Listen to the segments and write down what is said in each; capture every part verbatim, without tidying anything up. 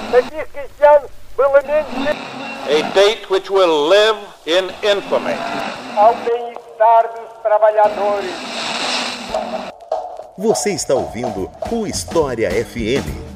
A date which will live in infamy. Ao bem-estar dos trabalhadores. Você está ouvindo o História F M.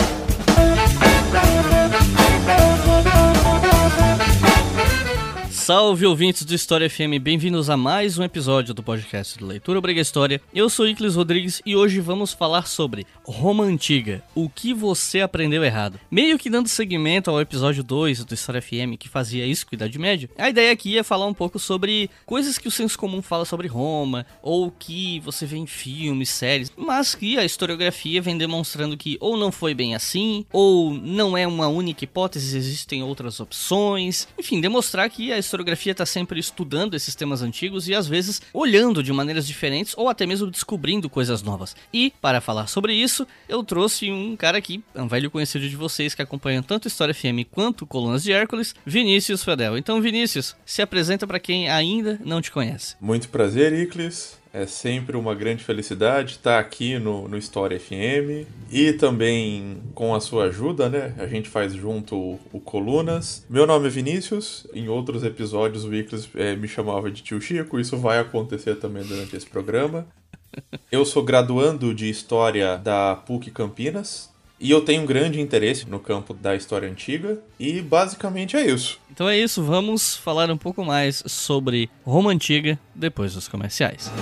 Salve, ouvintes do História F M, bem-vindos a mais um episódio do podcast do Leitura Obriga História. Eu sou Iclis Rodrigues e hoje vamos falar sobre Roma Antiga, o que você aprendeu errado. Meio que dando seguimento ao episódio dois do História F M, que fazia isso com a Idade Média, a ideia aqui é falar um pouco sobre coisas que o senso comum fala sobre Roma, ou que você vê em filmes, séries, mas que a historiografia vem demonstrando que ou não foi bem assim, ou não é uma única hipótese, existem outras opções. Enfim, demonstrar que a historiografia A historiografia está sempre estudando esses temas antigos e às vezes olhando de maneiras diferentes ou até mesmo descobrindo coisas novas. E para falar sobre isso, eu trouxe um cara aqui, um velho conhecido de vocês que acompanham tanto História F M quanto Colunas de Hércules, Vinícius Fedel. Então, Vinícius, se apresenta para quem ainda não te conhece. Muito prazer, Iclis. É sempre uma grande felicidade estar aqui no, no História F M e também com a sua ajuda, né? A gente faz junto o, o Colunas. Meu nome é Vinícius, em outros episódios o Iclis é, me chamava de Tio Chico, isso vai acontecer também durante esse programa. Eu sou graduando de História da P U C Campinas. E eu tenho um grande interesse no campo da história antiga, e basicamente é isso. Então é isso, vamos falar um pouco mais sobre Roma Antiga depois dos comerciais.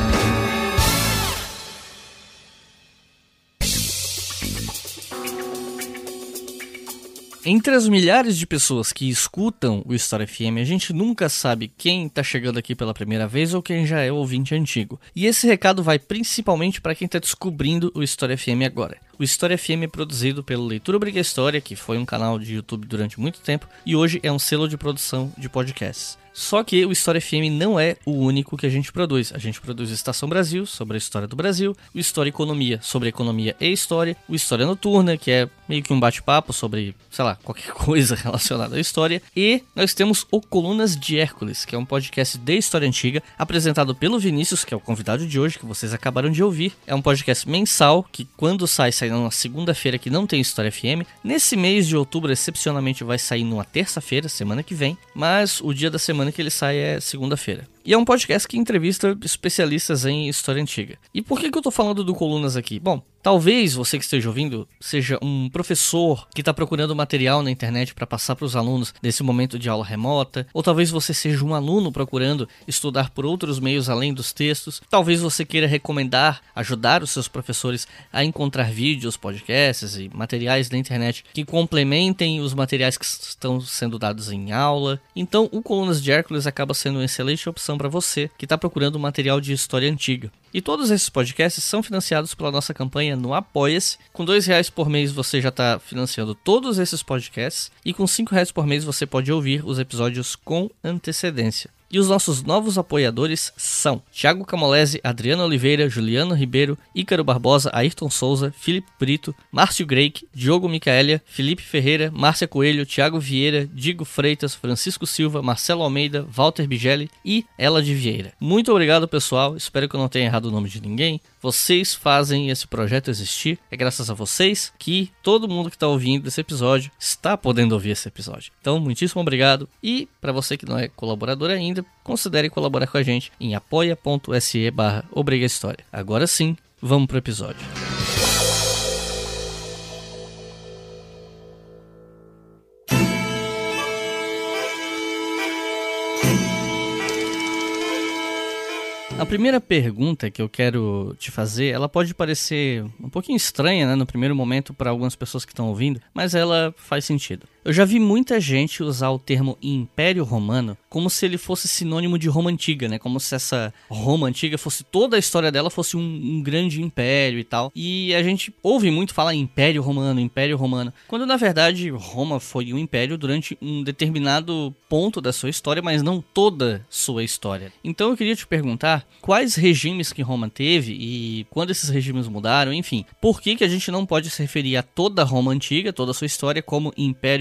Entre as milhares de pessoas que escutam o História F M, a gente nunca sabe quem está chegando aqui pela primeira vez ou quem já é ouvinte antigo. E esse recado vai principalmente para quem está descobrindo o História F M agora. O História F M é produzido pelo Leitura Obriga História, que foi um canal de YouTube durante muito tempo, e hoje é um selo de produção de podcasts. Só que o História F M não é o único que a gente produz. A gente produz Estação Brasil, sobre a história do Brasil, o História Economia, sobre economia e história, o História Noturna, que é meio que um bate-papo sobre, sei lá, qualquer coisa relacionada à história, e nós temos o Colunas de Hércules, que é um podcast de história antiga, apresentado pelo Vinícius, que é o convidado de hoje, que vocês acabaram de ouvir. É um podcast mensal, que quando sai, sai na segunda-feira, que não tem História F M. Nesse mês de outubro, excepcionalmente, vai sair numa terça-feira, semana que vem, mas o dia da semana que ele sai é segunda-feira. E é um podcast que entrevista especialistas em história antiga. E por que que eu tô falando do Colunas aqui? Bom, talvez você que esteja ouvindo seja um professor que está procurando material na internet para passar para os alunos nesse momento de aula remota, ou talvez você seja um aluno procurando estudar por outros meios além dos textos. Talvez você queira recomendar, ajudar os seus professores a encontrar vídeos, podcasts e materiais na internet que complementem os materiais que estão sendo dados em aula. Então, o Colunas de Hércules acaba sendo uma excelente opção para você que está procurando material de história antiga. E todos esses podcasts são financiados pela nossa campanha no Apoia-se. Com dois reais por mês você já está financiando todos esses podcasts, e com cinco reais por mês você pode ouvir os episódios com antecedência. E os nossos novos apoiadores são Thiago Camolese, Adriano Oliveira, Juliano Ribeiro, Ícaro Barbosa, Ayrton Souza, Filipe Brito, Márcio Greik, Diogo Micaelia, Felipe Ferreira, Márcia Coelho, Thiago Vieira, Digo Freitas, Francisco Silva, Marcelo Almeida, Walter Bigelli e Ela de Vieira. Muito obrigado, pessoal, espero que eu não tenha errado o nome de ninguém. Vocês fazem esse projeto existir, é graças a vocês que todo mundo que está ouvindo esse episódio está podendo ouvir esse episódio. Então, muitíssimo obrigado, e para você que não é colaborador ainda, considere colaborar com a gente em apoia.se barra Obriga História. Agora sim, vamos pro episódio. A primeira pergunta que eu quero te fazer, ela pode parecer um pouquinho estranha, né, no primeiro momento para algumas pessoas que estão ouvindo, mas ela faz sentido. Eu já vi muita gente usar o termo Império Romano como se ele fosse sinônimo de Roma Antiga, né? Como se essa Roma Antiga fosse, toda a história dela fosse um, um grande império e tal. E a gente ouve muito falar Império Romano, Império Romano, quando na verdade Roma foi um império durante um determinado ponto da sua história, mas não toda sua história. Então eu queria te perguntar quais regimes que Roma teve e quando esses regimes mudaram, enfim. Por que que a gente não pode se referir a toda Roma Antiga, toda a sua história, como Império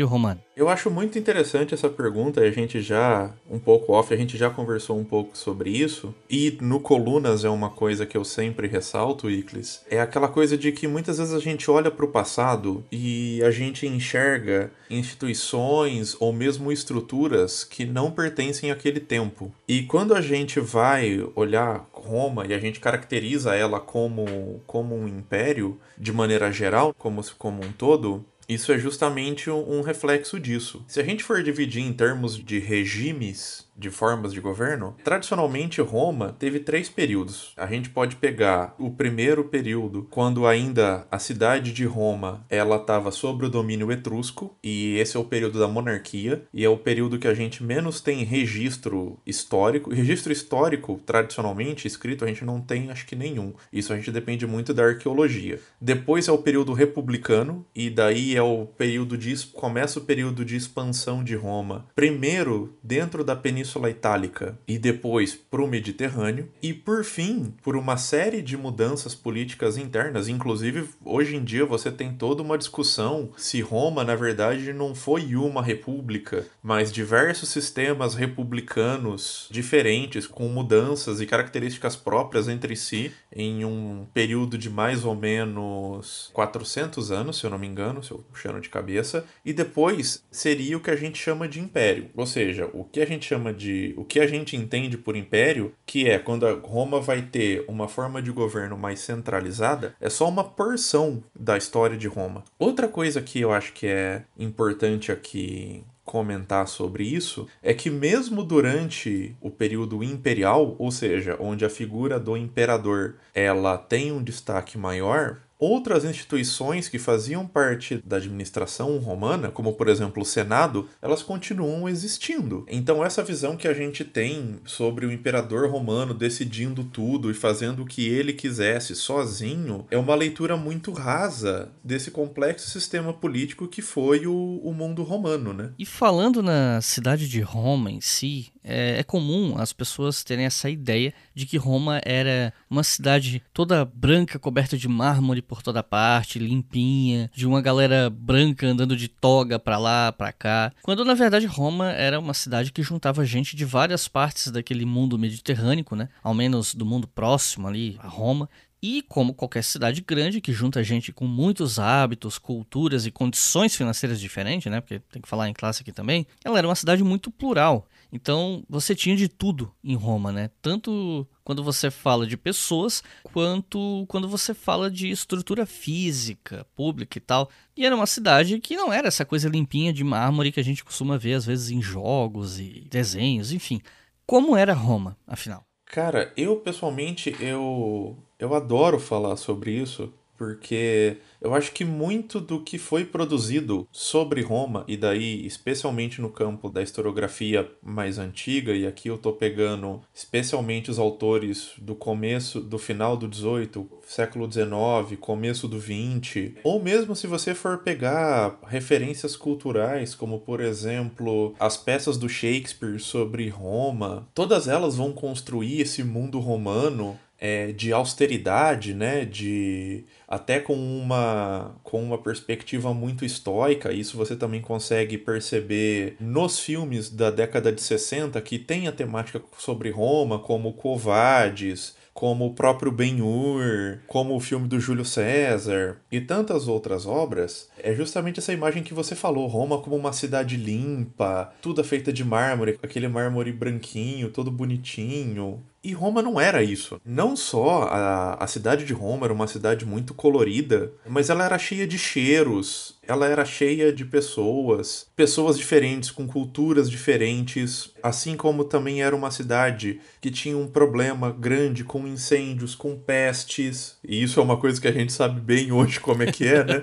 Romano? Eu acho muito interessante essa pergunta, a gente já, um pouco off, a gente já conversou um pouco sobre isso, e no Colunas é uma coisa que eu sempre ressalto, Iclis, é aquela coisa de que muitas vezes a gente olha para o passado e a gente enxerga instituições ou mesmo estruturas que não pertencem àquele tempo. E quando a gente vai olhar Roma e a gente caracteriza ela como, como um império, de maneira geral, como, como um todo, isso é justamente um reflexo disso. Se a gente for dividir em termos de regimes, de formas de governo, tradicionalmente Roma teve três períodos. A gente pode pegar o primeiro período, quando ainda a cidade de Roma ela estava sob o domínio etrusco, e esse é o período da monarquia, e é o período que a gente menos tem registro histórico. Registro histórico, tradicionalmente, escrito, a gente não tem, acho que nenhum. Isso a gente depende muito da arqueologia. Depois é o período republicano, e daí é o período de... começa o período de expansão de Roma. Primeiro, dentro da Península Itálica e depois para o Mediterrâneo, e por fim, por uma série de mudanças políticas internas. Inclusive, hoje em dia você tem toda uma discussão se Roma, na verdade, não foi uma república, mas diversos sistemas republicanos diferentes, com mudanças e características próprias entre si, em um período de mais ou menos quatrocentos anos, se eu não me engano, se eu puxando de cabeça, e depois seria o que a gente chama de império, ou seja, o que a gente chama de, o que a gente entende por império, que é quando a Roma vai ter uma forma de governo mais centralizada, é só uma porção da história de Roma. Outra coisa que eu acho que é importante aqui comentar sobre isso é que mesmo durante o período imperial, ou seja, onde a figura do imperador ela tem um destaque maior, outras instituições que faziam parte da administração romana, como por exemplo o Senado, elas continuam existindo. Então essa visão que a gente tem sobre o imperador romano decidindo tudo e fazendo o que ele quisesse sozinho, é uma leitura muito rasa desse complexo sistema político que foi o, o mundo romano, né? E falando na cidade de Roma em si, é, é comum as pessoas terem essa ideia de que Roma era uma cidade toda branca, coberta de mármore por toda parte, limpinha, de uma galera branca andando de toga pra lá, pra cá, quando na verdade Roma era uma cidade que juntava gente de várias partes daquele mundo mediterrâneo, né? Ao menos do mundo próximo ali, a Roma. E como qualquer cidade grande que junta gente com muitos hábitos, culturas e condições financeiras diferentes, né? Porque tem que falar em classe aqui também, ela era uma cidade muito plural. Então você tinha de tudo em Roma, né? Tanto quando você fala de pessoas, quanto quando você fala de estrutura física, pública e tal. E era uma cidade que não era essa coisa limpinha de mármore que a gente costuma ver às vezes em jogos e desenhos, enfim. Como era Roma, afinal? Cara, eu pessoalmente, eu, eu adoro falar sobre isso, porque eu acho que muito do que foi produzido sobre Roma, e daí especialmente no campo da historiografia mais antiga, e aqui eu tô pegando especialmente os autores do começo, do final do dezoito, século dezenove, começo do vinte, ou mesmo se você for pegar referências culturais, como por exemplo as peças do Shakespeare sobre Roma, todas elas vão construir esse mundo romano É, de austeridade, né? De, até com uma, com uma perspectiva muito estoica. Isso você também consegue perceber nos filmes da década de sessenta, que tem a temática sobre Roma, como Quo Vadis, como o próprio Ben-Hur, como o filme do Júlio César e tantas outras obras. É justamente essa imagem que você falou, Roma como uma cidade limpa, tudo feita de mármore, aquele mármore branquinho, todo bonitinho. E Roma não era isso. Não só a, a cidade de Roma era uma cidade muito colorida, mas ela era cheia de cheiros, ela era cheia de pessoas, pessoas diferentes, com culturas diferentes, assim como também era uma cidade que tinha um problema grande com incêndios, com pestes, e isso é uma coisa que a gente sabe bem hoje como é que é, né?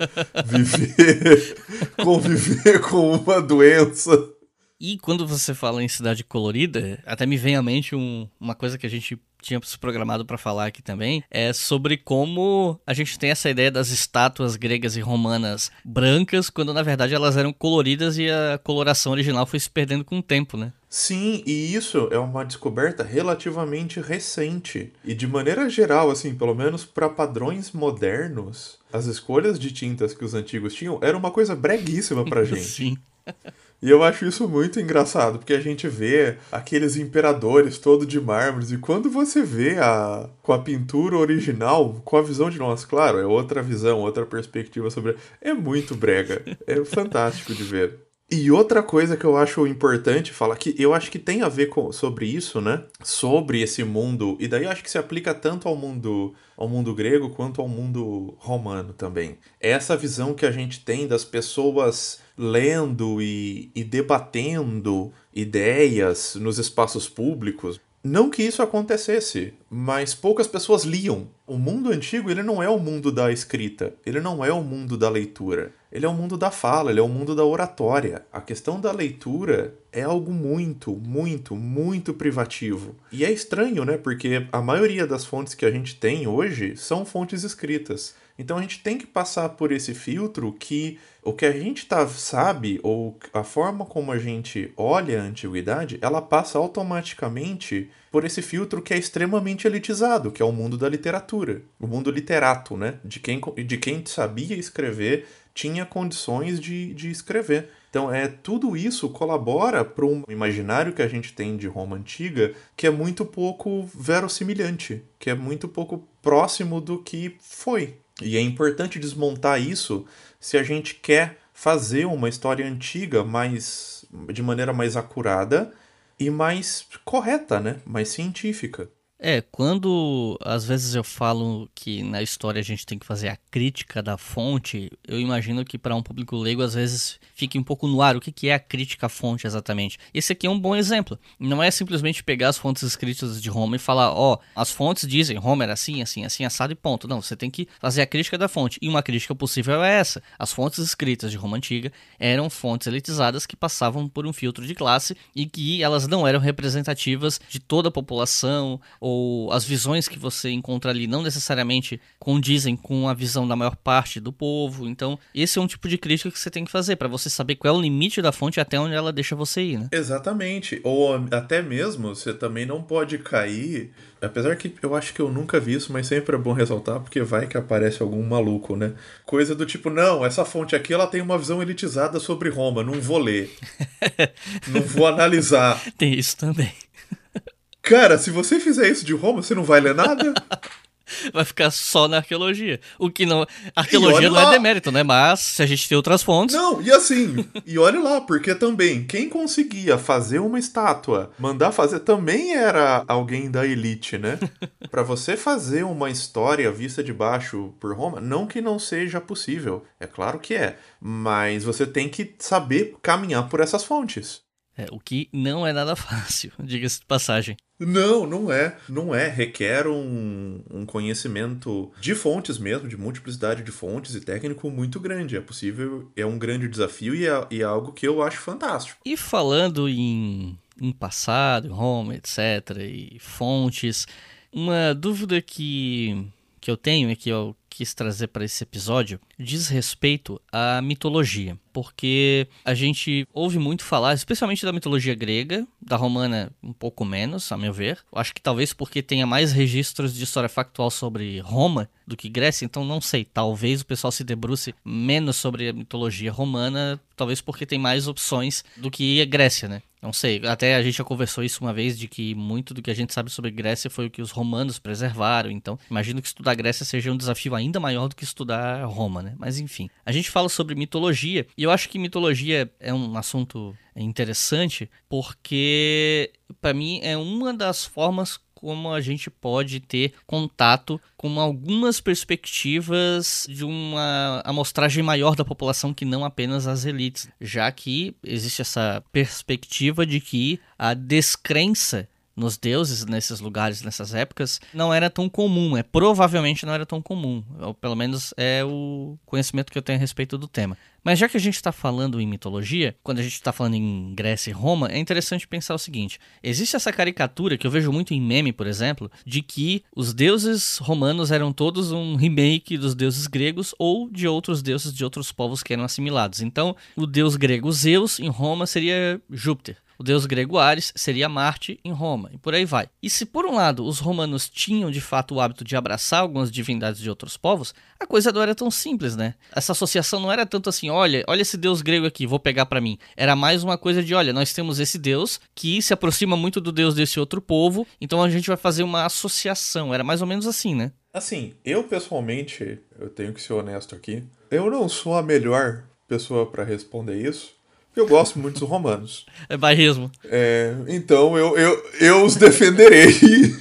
Viver, conviver com uma doença. E quando você fala em cidade colorida, até me vem à mente um, uma coisa que a gente tinha se programado para falar aqui também, é sobre como a gente tem essa ideia das estátuas gregas e romanas brancas, quando na verdade elas eram coloridas e a coloração original foi se perdendo com o tempo, né? Sim, e isso é uma descoberta relativamente recente. E de maneira geral, assim, pelo menos para padrões modernos, as escolhas de tintas que os antigos tinham era uma coisa breguíssima pra gente. Sim. E eu acho isso muito engraçado, porque a gente vê aqueles imperadores todos de mármores, e quando você vê a, com a pintura original, com a visão de nós, claro, é outra visão, outra perspectiva sobre... É muito brega, é fantástico de ver. E outra coisa que eu acho importante falar, que eu acho que tem a ver com, sobre isso, né? Sobre esse mundo, e daí eu acho que se aplica tanto ao mundo, ao mundo grego quanto ao mundo romano também. É essa visão que a gente tem das pessoas lendo e, e debatendo ideias nos espaços públicos. Não que isso acontecesse, mas poucas pessoas liam. O mundo antigo, ele não é o mundo da escrita, ele não é o mundo da leitura. Ele é o mundo da fala, ele é o mundo da oratória. A questão da leitura é algo muito, muito, muito privativo. E é estranho, né? Porque a maioria das fontes que a gente tem hoje são fontes escritas. Então a gente tem que passar por esse filtro que o que a gente tá, sabe, ou a forma como a gente olha a antiguidade, ela passa automaticamente por esse filtro que é extremamente elitizado, que é o mundo da literatura. O mundo literato, né? De quem, de quem sabia escrever, tinha condições de, de escrever. Então, é, tudo isso colabora para um imaginário que a gente tem de Roma Antiga que é muito pouco verossimilhante, que é muito pouco próximo do que foi. E é importante desmontar isso se a gente quer fazer uma história antiga mais, de maneira mais acurada e mais correta, né? Mais científica. É, quando às vezes eu falo que na história a gente tem que fazer a crítica da fonte, eu imagino que para um público leigo às vezes fique um pouco no ar o que que é a crítica à fonte exatamente. Esse aqui é um bom exemplo. Não é simplesmente pegar as fontes escritas de Roma e falar, ó, oh, as fontes dizem Roma era assim, assim, assim, assado e ponto. Não, você tem que fazer a crítica da fonte. E uma crítica possível é essa. As fontes escritas de Roma Antiga eram fontes elitizadas que passavam por um filtro de classe e que elas não eram representativas de toda a população, ou as visões que você encontra ali não necessariamente condizem com a visão da maior parte do povo. Então, esse é um tipo de crítica que você tem que fazer, para você saber qual é o limite da fonte e até onde ela deixa você ir, né? Exatamente. Ou até mesmo, você também não pode cair... Apesar que eu acho que eu nunca vi isso, mas sempre é bom ressaltar, porque vai que aparece algum maluco, né? Coisa do tipo, não, essa fonte aqui ela tem uma visão elitizada sobre Roma, não vou ler. Não vou analisar. Tem isso também. Cara, se você fizer isso de Roma, você não vai ler nada? Vai ficar só na arqueologia. O que não... Arqueologia não lá. É demérito, né? Mas se a gente tem outras fontes... Não, e assim, e olha lá, porque também, quem conseguia fazer uma estátua, mandar fazer, também era alguém da elite, né? Pra você fazer uma história vista de baixo por Roma, não que não seja possível, é claro que é, mas você tem que saber caminhar por essas fontes. É, o que não é nada fácil, diga-se de passagem. Não, não é. Não é. Requer um, um conhecimento de fontes mesmo, de multiplicidade de fontes e técnico muito grande. É possível, é um grande desafio e é, e é algo que eu acho fantástico. E falando em, em passado, em Roma, etcétera, e fontes, uma dúvida que, que eu tenho é que eu quis trazer para esse episódio diz respeito à mitologia, porque a gente ouve muito falar, especialmente da mitologia grega, da romana um pouco menos, a meu ver. Eu acho que talvez porque tenha mais registros de história factual sobre Roma do que Grécia, então não sei, talvez o pessoal se debruce menos sobre a mitologia romana, talvez porque tem mais opções do que a Grécia, né? Não sei, até a gente já conversou isso uma vez, de que muito do que a gente sabe sobre Grécia foi o que os romanos preservaram, então imagino que estudar Grécia seja um desafio ainda maior do que estudar Roma, né? Mas enfim, a gente fala sobre mitologia, e eu acho que mitologia é um assunto interessante, porque para mim é uma das formas como a gente pode ter contato com algumas perspectivas de uma amostragem maior da população que não apenas as elites, já que existe essa perspectiva de que a descrença nos deuses, nesses lugares, nessas épocas, não era tão comum, é, provavelmente não era tão comum, ou pelo menos é o conhecimento que eu tenho a respeito do tema. Mas já que a gente está falando em mitologia, quando a gente está falando em Grécia e Roma, é interessante pensar o seguinte, existe essa caricatura que eu vejo muito em meme, por exemplo, de que os deuses romanos eram todos um remake dos deuses gregos ou de outros deuses de outros povos que eram assimilados. Então, o deus grego Zeus, em Roma, seria Júpiter. O deus grego Ares seria Marte em Roma, e por aí vai. E se por um lado os romanos tinham de fato o hábito de abraçar algumas divindades de outros povos, a coisa não era tão simples, né? Essa associação não era tanto assim, olha, olha esse deus grego aqui, vou pegar pra mim. Era mais uma coisa de, olha, nós temos esse deus que se aproxima muito do deus desse outro povo, então a gente vai fazer uma associação. Era mais ou menos assim, né? Assim, eu pessoalmente, eu tenho que ser honesto aqui, eu não sou a melhor pessoa pra responder isso, porque eu gosto muito dos romanos. É bairrismo. É, então eu, eu, eu os defenderei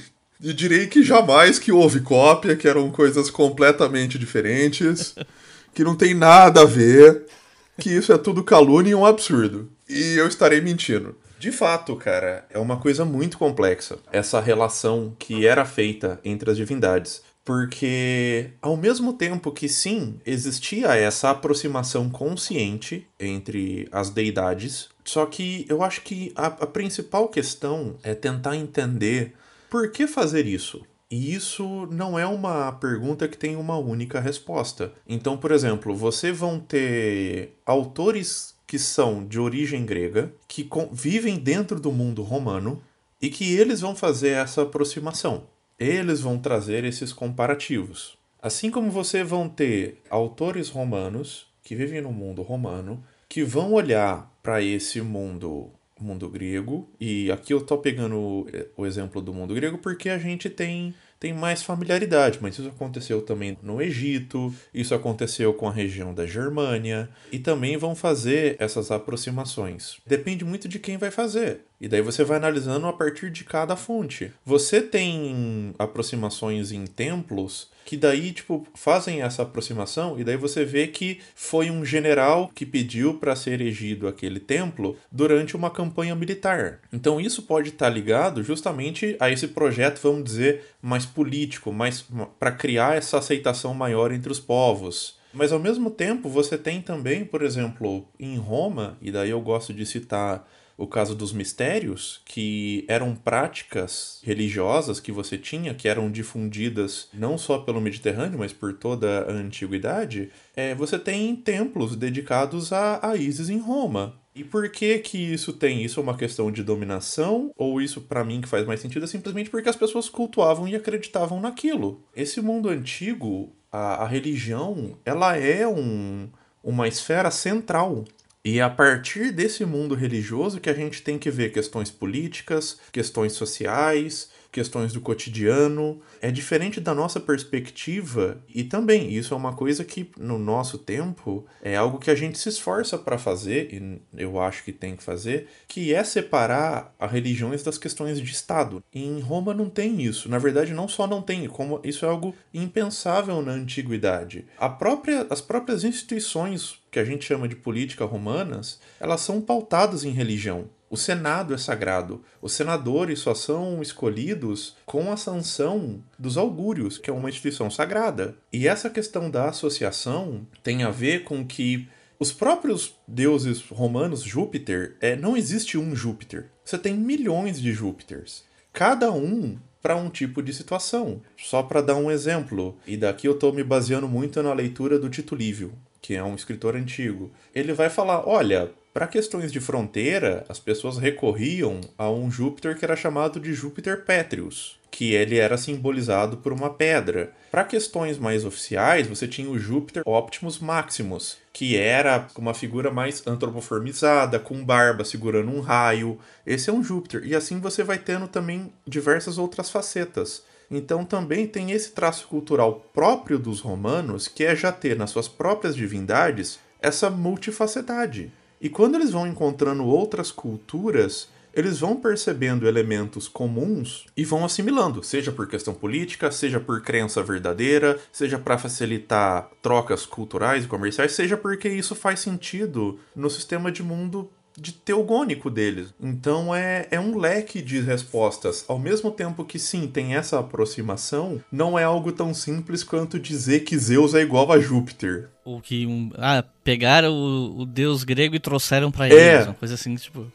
e direi que jamais que houve cópia, que eram coisas completamente diferentes, que não tem nada a ver, que isso é tudo calúnia e um absurdo. E eu estarei mentindo. De fato, cara, é uma coisa muito complexa, essa relação que era feita entre as divindades. Porque, ao mesmo tempo que sim, existia essa aproximação consciente entre as deidades, só que eu acho que a, a principal questão é tentar entender por que fazer isso. E isso não é uma pergunta que tem uma única resposta. Então, por exemplo, você vão ter autores que são de origem grega, que vivem dentro do mundo romano, e que eles vão fazer essa aproximação. Eles vão trazer esses comparativos. Assim como você vão ter autores romanos que vivem no mundo romano, que vão olhar para esse mundo, mundo grego, e aqui eu estou pegando o exemplo do mundo grego porque a gente tem, tem mais familiaridade, mas isso aconteceu também no Egito, isso aconteceu com a região da Germânia, e também vão fazer essas aproximações. Depende muito de quem vai fazer. E daí você vai analisando a partir de cada fonte. Você tem aproximações em templos que daí, tipo, fazem essa aproximação e daí você vê que foi um general que pediu para ser erigido aquele templo durante uma campanha militar. Então isso pode estar ligado justamente a esse projeto, vamos dizer, mais político, mais para criar essa aceitação maior entre os povos. Mas ao mesmo tempo você tem também, por exemplo, em Roma, e daí eu gosto de citar o caso dos mistérios, que eram práticas religiosas que você tinha, que eram difundidas não só pelo Mediterrâneo, mas por toda a antiguidade. É, você tem templos dedicados a, a Ísis em Roma. E por que que isso tem? Isso é uma questão de dominação? Ou isso, para mim, que faz mais sentido, é simplesmente porque as pessoas cultuavam e acreditavam naquilo. Esse mundo antigo, a, a religião, ela é um, uma esfera central. E é a partir desse mundo religioso que a gente tem que ver questões políticas, questões sociais, questões do cotidiano. É diferente da nossa perspectiva e também isso é uma coisa que no nosso tempo é algo que a gente se esforça para fazer, e eu acho que tem que fazer, que é separar as religiões das questões de Estado. E em Roma não tem isso. Na verdade, não só não tem, como isso é algo impensável na antiguidade. A própria, as próprias instituições que a gente chama de política romanas, elas são pautadas em religião. O Senado é sagrado. Os senadores só são escolhidos com a sanção dos augúrios, que é uma instituição sagrada. E essa questão da associação tem a ver com que os próprios deuses romanos, Júpiter, é, não existe um Júpiter. Você tem milhões de Júpiters. Cada um para um tipo de situação. Só para dar um exemplo, e daqui eu estou me baseando muito na leitura do Tito Livio, que é um escritor antigo. Ele vai falar, olha, para questões de fronteira, as pessoas recorriam a um Júpiter que era chamado de Júpiter Pétreus, que ele era simbolizado por uma pedra. Para questões mais oficiais, você tinha o Júpiter Optimus Maximus, que era uma figura mais antropoformizada, com barba, segurando um raio. Esse é um Júpiter. E assim você vai tendo também diversas outras facetas. Então também tem esse traço cultural próprio dos romanos, que é já ter nas suas próprias divindades essa multifacetade. E quando eles vão encontrando outras culturas, eles vão percebendo elementos comuns e vão assimilando, seja por questão política, seja por crença verdadeira, seja para facilitar trocas culturais e comerciais, seja porque isso faz sentido no sistema de mundo de teogônico deles. Então é, é um leque de respostas. Ao mesmo tempo que sim, tem essa aproximação, não é algo tão simples quanto dizer que Zeus é igual a Júpiter. Ou que um, ah, pegaram o, o deus grego e trouxeram pra é. eles, uma coisa assim, tipo...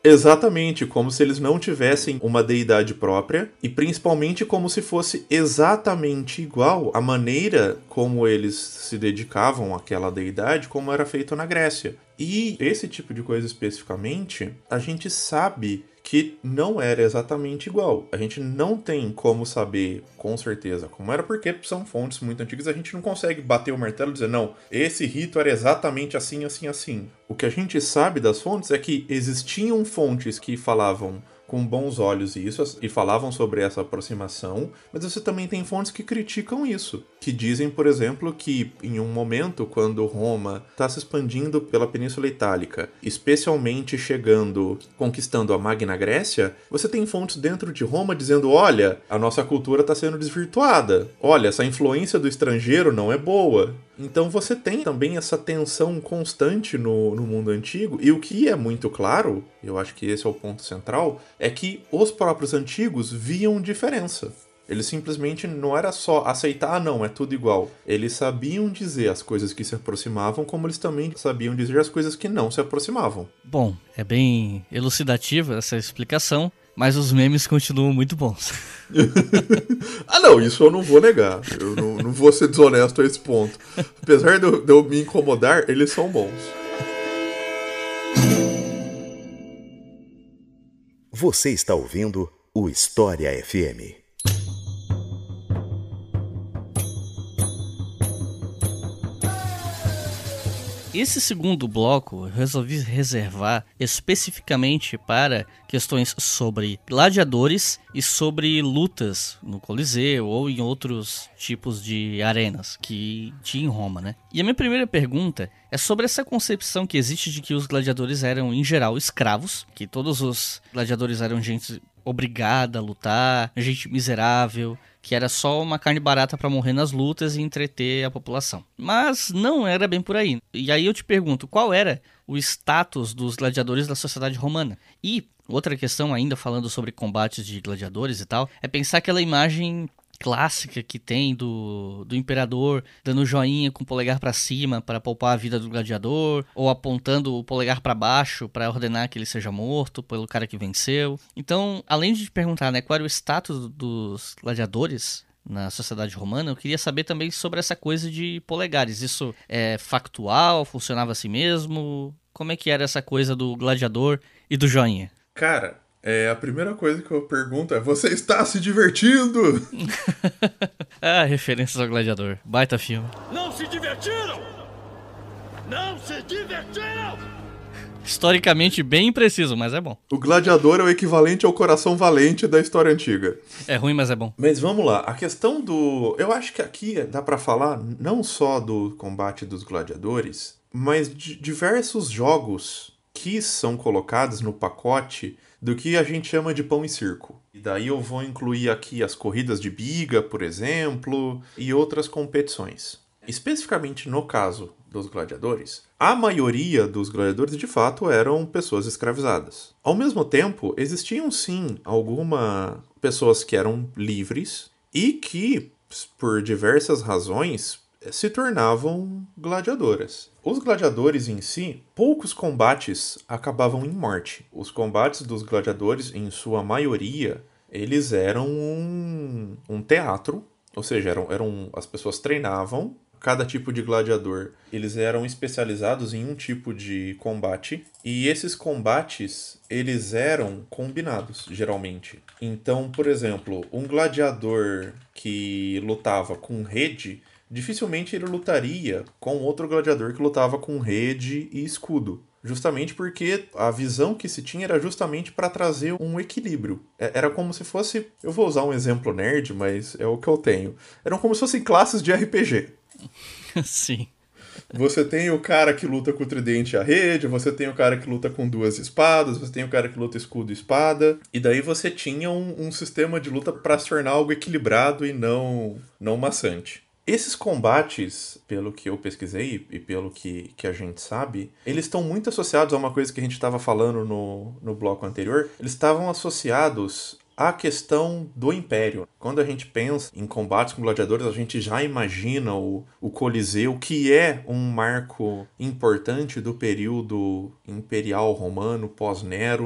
Exatamente, como se eles não tivessem uma deidade própria, e principalmente como se fosse exatamente igual a maneira como eles se dedicavam àquela deidade, como era feito na Grécia. E esse tipo de coisa especificamente, a gente sabe que não era exatamente igual. A gente não tem como saber com certeza como era, porque são fontes muito antigas, a gente não consegue bater o martelo e dizer, não, esse rito era exatamente assim, assim, assim. O que a gente sabe das fontes é que existiam fontes que falavam com bons olhos isso, e falavam sobre essa aproximação, mas você também tem fontes que criticam isso, que dizem, por exemplo, que em um momento, quando Roma está se expandindo pela Península Itálica, especialmente chegando, conquistando a Magna Grécia, você tem fontes dentro de Roma dizendo, olha, a nossa cultura está sendo desvirtuada, olha, essa influência do estrangeiro não é boa. Então você tem também essa tensão constante no, no mundo antigo, e o que é muito claro, eu acho que esse é o ponto central, é que os próprios antigos viam diferença. Eles simplesmente não era só aceitar, ah não, é tudo igual. Eles sabiam dizer as coisas que se aproximavam, como eles também sabiam dizer as coisas que não se aproximavam. Bom, é bem elucidativa essa explicação, mas os memes continuam muito bons. Ah não, isso eu não vou negar. Eu não, não vou ser desonesto a esse ponto. Apesar de eu, de eu me incomodar, eles são bons. Você está ouvindo o História F M. Esse segundo bloco eu resolvi reservar especificamente para questões sobre gladiadores e sobre lutas no Coliseu ou em outros tipos de arenas que tinha em Roma, né? E a minha primeira pergunta é sobre essa concepção que existe de que os gladiadores eram, em geral, escravos, que todos os gladiadores eram gente obrigada a lutar, gente miserável, que era só uma carne barata para morrer nas lutas e entreter a população. Mas não era bem por aí. E aí eu te pergunto, qual era o status dos gladiadores da sociedade romana? E outra questão ainda, falando sobre combates de gladiadores e tal, é pensar aquela imagem clássica que tem do, do imperador dando joinha com o polegar para cima para poupar a vida do gladiador, ou apontando o polegar para baixo para ordenar que ele seja morto pelo cara que venceu. Então, além de te perguntar, né, qual era o status dos gladiadores na sociedade romana, eu queria saber também sobre essa coisa de polegares. Isso é factual? Funcionava assim mesmo? Como é que era essa coisa do gladiador e do joinha? Cara, é, a primeira coisa que eu pergunto é, você está se divertindo? Ah, referências ao gladiador. Baita filme. Não se divertiram! Não se divertiram! Historicamente bem impreciso, mas é bom. O gladiador é o equivalente ao coração valente da história antiga. É ruim, mas é bom. Mas vamos lá, a questão do... Eu acho que aqui dá pra falar não só do combate dos gladiadores, mas de diversos jogos que são colocados no pacote do que a gente chama de pão e circo. E daí eu vou incluir aqui as corridas de biga, por exemplo, e outras competições. Especificamente no caso dos gladiadores, a maioria dos gladiadores de fato eram pessoas escravizadas. Ao mesmo tempo, existiam sim algumas pessoas que eram livres e que, por diversas razões, se tornavam gladiadoras. Os gladiadores em si, poucos combates acabavam em morte. Os combates dos gladiadores, em sua maioria, eles eram um, um teatro, ou seja, eram, eram, as pessoas treinavam. Cada tipo de gladiador, eles eram especializados em um tipo de combate. E esses combates, eles eram combinados, geralmente. Então, por exemplo, um gladiador que lutava com rede, dificilmente ele lutaria com outro gladiador que lutava com rede e escudo. Justamente porque a visão que se tinha era justamente para trazer um equilíbrio. Era como se fosse... Eu vou usar um exemplo nerd, mas é o que eu tenho. Eram como se fossem classes de R P G. Sim. Você tem o cara que luta com o tridente e a rede, você tem o cara que luta com duas espadas, você tem o cara que luta escudo e espada, e daí você tinha um, um sistema de luta para se tornar algo equilibrado e não, não maçante. Esses combates, pelo que eu pesquisei e pelo que, que a gente sabe, eles estão muito associados a uma coisa que a gente estava falando no, no bloco anterior. Eles estavam associados à questão do Império. Quando a gente pensa em combates com gladiadores, a gente já imagina o, o Coliseu, que é um marco importante do período imperial romano pós-Nero.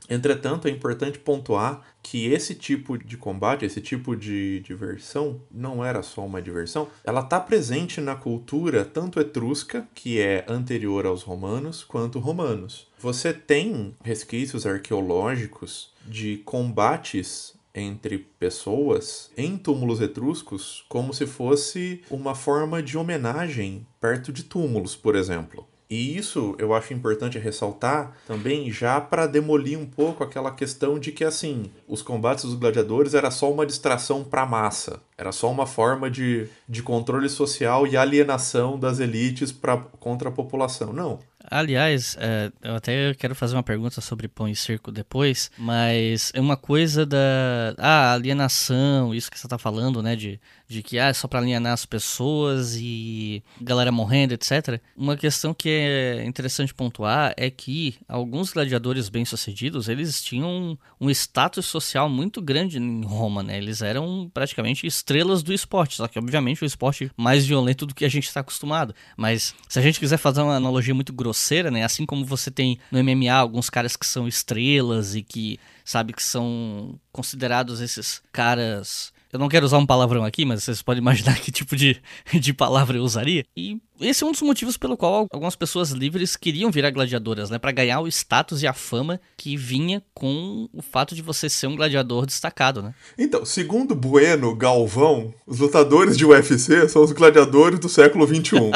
Entretanto, é importante pontuar que esse tipo de combate, esse tipo de diversão, não era só uma diversão, ela está presente na cultura tanto etrusca, que é anterior aos romanos, quanto romanos. Você tem resquícios arqueológicos de combates entre pessoas em túmulos etruscos como se fosse uma forma de homenagem perto de túmulos, por exemplo. E isso eu acho importante ressaltar também já para demolir um pouco aquela questão de que, assim, os combates dos gladiadores era só uma distração para a massa. Era só uma forma de, de controle social e alienação das elites pra, contra a população. Não. Aliás, é, eu até quero fazer uma pergunta sobre pão e circo depois, mas é uma coisa da ah, alienação, isso que você tá falando, né, de, de que ah, é só pra alienar as pessoas e galera morrendo, etcétera. Uma questão que é interessante pontuar é que alguns gladiadores bem-sucedidos, eles tinham um, um status social muito grande em Roma, né, eles eram praticamente estrelas do esporte, só que obviamente o esporte mais violento do que a gente está acostumado, mas se a gente quiser fazer uma analogia muito grossa, né? Assim como você tem no M M A alguns caras que são estrelas e que, sabe, que são considerados esses caras... Eu não quero usar um palavrão aqui, mas vocês podem imaginar que tipo de, de palavra eu usaria. E esse é um dos motivos pelo qual algumas pessoas livres queriam virar gladiadoras, né? Para ganhar o status e a fama que vinha com o fato de você ser um gladiador destacado, né? Então, segundo Bueno Galvão, os lutadores de U F C são os gladiadores do século vinte e um.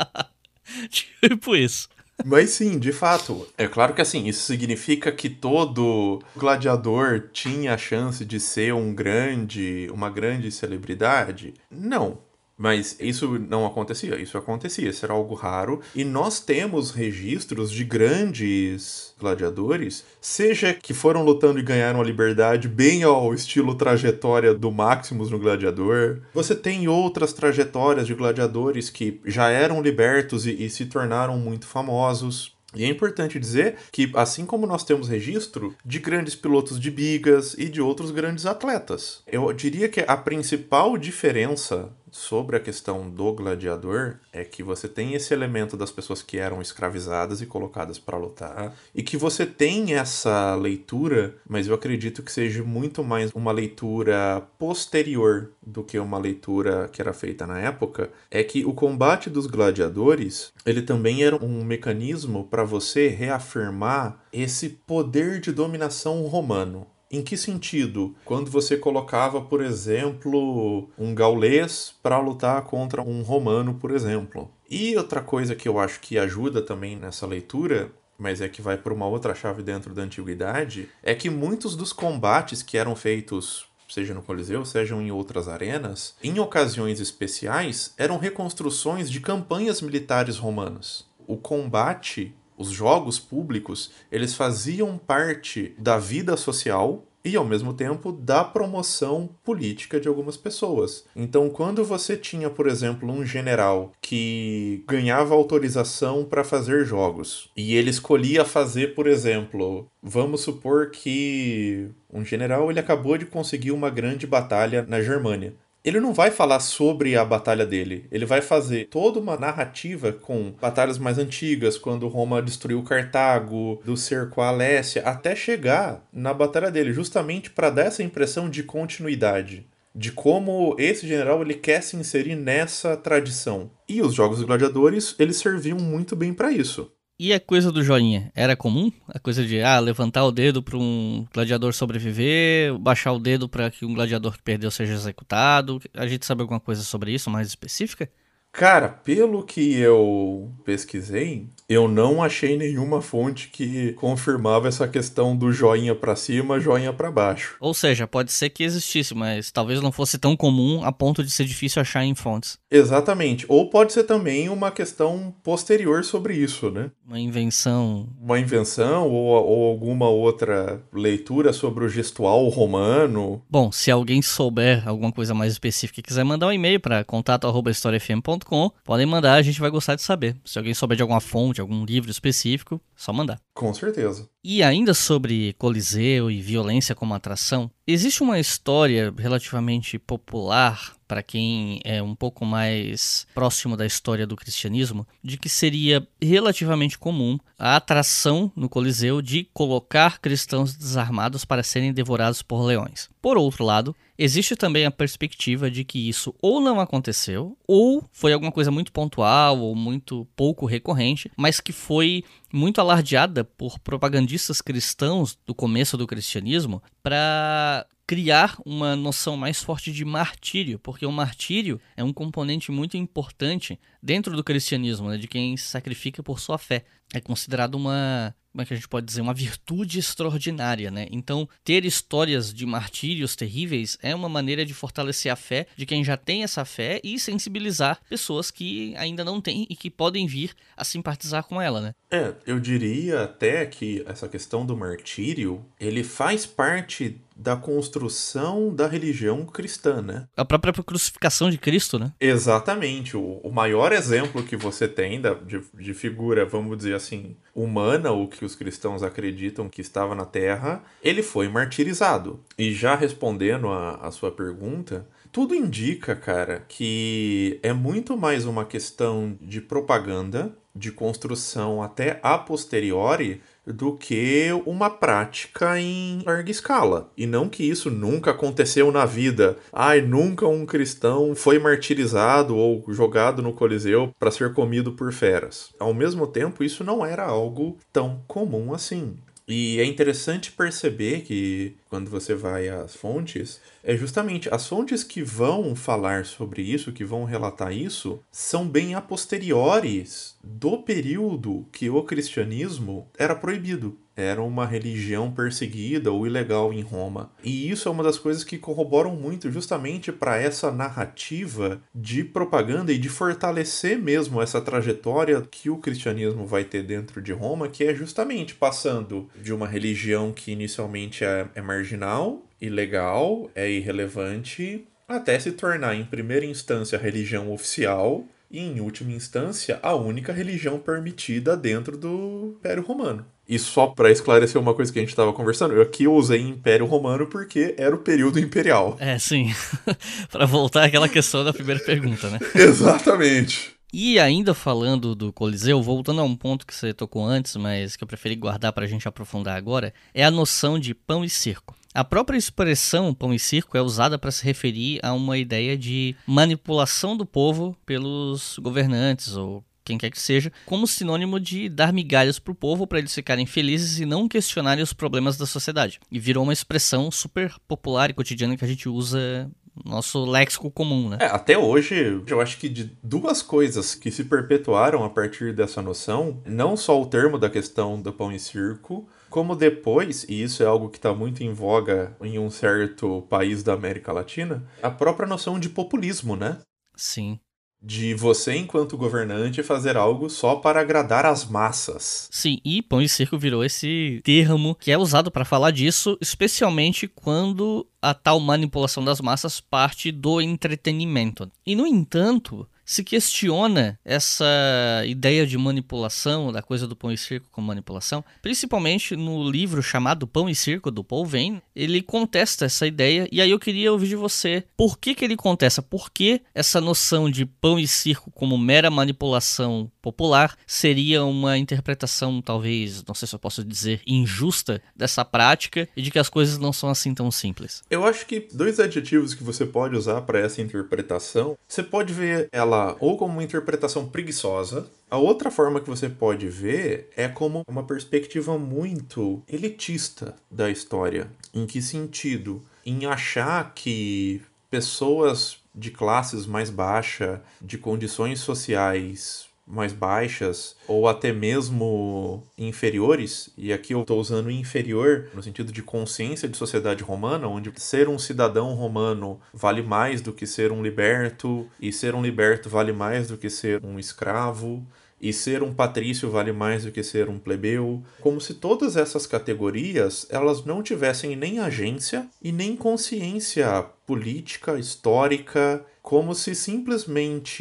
Tipo isso. Mas sim, de fato. É claro que assim, isso significa que todo gladiador tinha a chance de ser um grande, uma grande celebridade? Não. Mas isso não acontecia, isso acontecia, isso era algo raro. E nós temos registros de grandes gladiadores, seja que foram lutando e ganharam a liberdade bem ao estilo trajetória do Maximus no Gladiador. Você tem outras trajetórias de gladiadores que já eram libertos e, e se tornaram muito famosos. E é importante dizer que, assim como nós temos registro de grandes pilotos de bigas e de outros grandes atletas, eu diria que a principal diferença sobre a questão do gladiador é que você tem esse elemento das pessoas que eram escravizadas e colocadas para lutar, e que você tem essa leitura, mas eu acredito que seja muito mais uma leitura posterior do que uma leitura que era feita na época, é que o combate dos gladiadores, ele também era um mecanismo para você reafirmar esse poder de dominação romano. Em que sentido? Quando você colocava, por exemplo, um gaulês para lutar contra um romano, por exemplo. E outra coisa que eu acho que ajuda também nessa leitura, mas é que vai por uma outra chave dentro da antiguidade, é que muitos dos combates que eram feitos, seja no Coliseu, sejam em outras arenas, em ocasiões especiais, eram reconstruções de campanhas militares romanas. O combate... Os jogos públicos, eles faziam parte da vida social e, ao mesmo tempo, da promoção política de algumas pessoas. Então, quando você tinha, por exemplo, um general que ganhava autorização para fazer jogos, e ele escolhia fazer, por exemplo, vamos supor que um general ele acabou de conseguir uma grande batalha na Germânia. Ele não vai falar sobre a batalha dele, ele vai fazer toda uma narrativa com batalhas mais antigas, quando Roma destruiu Cartago, do cerco à Lécia, até chegar na batalha dele, justamente para dar essa impressão de continuidade, de como esse general ele quer se inserir nessa tradição. E os Jogos dos Gladiadores, eles serviam muito bem para isso. E a coisa do joinha? Era comum? A coisa de ah, levantar o dedo para um gladiador sobreviver, baixar o dedo para que um gladiador que perdeu seja executado? A gente sabe alguma coisa sobre isso mais específica? Cara, pelo que eu pesquisei, eu não achei nenhuma fonte que confirmava essa questão do joinha pra cima, joinha pra baixo. Ou seja, pode ser que existisse, mas talvez não fosse tão comum a ponto de ser difícil achar em fontes. Exatamente. Ou pode ser também uma questão posterior sobre isso, né? Uma invenção. Uma invenção ou, ou alguma outra leitura sobre o gestual romano. Bom, se alguém souber alguma coisa mais específica e quiser mandar um e-mail para contato arroba história f m ponto com, podem mandar, a gente vai gostar de saber. Se alguém souber de alguma fonte, algum livro específico, só mandar. Com certeza. E ainda sobre Coliseu e violência como atração, existe uma história relativamente popular para quem é um pouco mais próximo da história do cristianismo, de que seria relativamente comum a atração no Coliseu de colocar cristãos desarmados para serem devorados por leões. Por outro lado, existe também a perspectiva de que isso ou não aconteceu, ou foi alguma coisa muito pontual ou muito pouco recorrente, mas que foi muito alardeada por propagandistas cristãos do começo do cristianismo para criar uma noção mais forte de martírio, porque o martírio é um componente muito importante dentro do cristianismo, né, de quem se sacrifica por sua fé. É considerado uma, como é que a gente pode dizer, uma virtude extraordinária, né? Então, ter histórias de martírios terríveis é uma maneira de fortalecer a fé de quem já tem essa fé e sensibilizar pessoas que ainda não têm e que podem vir a simpatizar com ela, né? É, eu diria até que essa questão do martírio, ele faz parte da construção da religião cristã, né? A própria crucificação de Cristo, né? Exatamente. O, o maior exemplo que você tem da, de, de figura, vamos dizer assim, humana, o que os cristãos acreditam que estava na Terra, ele foi martirizado. E já respondendo a, a sua pergunta, tudo indica, cara, que é muito mais uma questão de propaganda, de construção até a posteriori, do que uma prática em larga escala. E não que isso nunca aconteceu na vida. Ai, nunca um cristão foi martirizado ou jogado no Coliseu para ser comido por feras. Ao mesmo tempo, isso não era algo tão comum assim. E é interessante perceber que, quando você vai às fontes, é justamente as fontes que vão falar sobre isso, que vão relatar isso, são bem a posteriores do período que o cristianismo era proibido. Era uma religião perseguida ou ilegal em Roma. E isso é uma das coisas que corroboram muito justamente para essa narrativa de propaganda e de fortalecer mesmo essa trajetória que o cristianismo vai ter dentro de Roma, que é justamente passando de uma religião que inicialmente é, é marginal, ilegal, é irrelevante, até se tornar em primeira instância a religião oficial e em última instância a única religião permitida dentro do Império Romano. E só para esclarecer uma coisa que a gente estava conversando, eu aqui eu usei Império Romano porque era o período imperial. É, sim. Para voltar àquela questão da primeira pergunta, né? Exatamente. E ainda falando do Coliseu, voltando a um ponto que você tocou antes, mas que eu preferi guardar para a gente aprofundar agora, é a noção de pão e circo. A própria expressão pão e circo é usada para se referir a uma ideia de manipulação do povo pelos governantes ou quem quer que seja, como sinônimo de dar migalhas pro povo para eles ficarem felizes e não questionarem os problemas da sociedade. E virou uma expressão super popular e cotidiana que a gente usa no nosso léxico comum, né? É, até hoje, eu acho que de duas coisas que se perpetuaram a partir dessa noção, não só o termo da questão do pão e circo, como depois, e isso é algo que está muito em voga em um certo país da América Latina, a própria noção de populismo, né? Sim. De você, enquanto governante, fazer algo só para agradar as massas. Sim, e pão e circo virou esse termo que é usado para falar disso, especialmente quando a tal manipulação das massas parte do entretenimento. E, no entanto, se questiona essa ideia de manipulação, da coisa do pão e circo como manipulação, principalmente no livro chamado Pão e Circo, do Paul Vane. Ele contesta essa ideia, e aí eu queria ouvir de você, por que que ele contesta? Por que essa noção de pão e circo como mera manipulação popular seria uma interpretação, talvez, não sei se eu posso dizer, injusta dessa prática, e de que as coisas não são assim tão simples? Eu acho que dois adjetivos que você pode usar para essa interpretação, você pode ver ela ou como uma interpretação preguiçosa. A outra forma que você pode ver é como uma perspectiva muito elitista da história. Em que sentido? Em achar que pessoas de classes mais baixas, de condições sociais mais baixas, ou até mesmo inferiores, e aqui eu estou usando inferior no sentido de consciência de sociedade romana, onde ser um cidadão romano vale mais do que ser um liberto, e ser um liberto vale mais do que ser um escravo, e ser um patrício vale mais do que ser um plebeu, como se todas essas categorias elas não tivessem nem agência e nem consciência política, histórica, como se simplesmente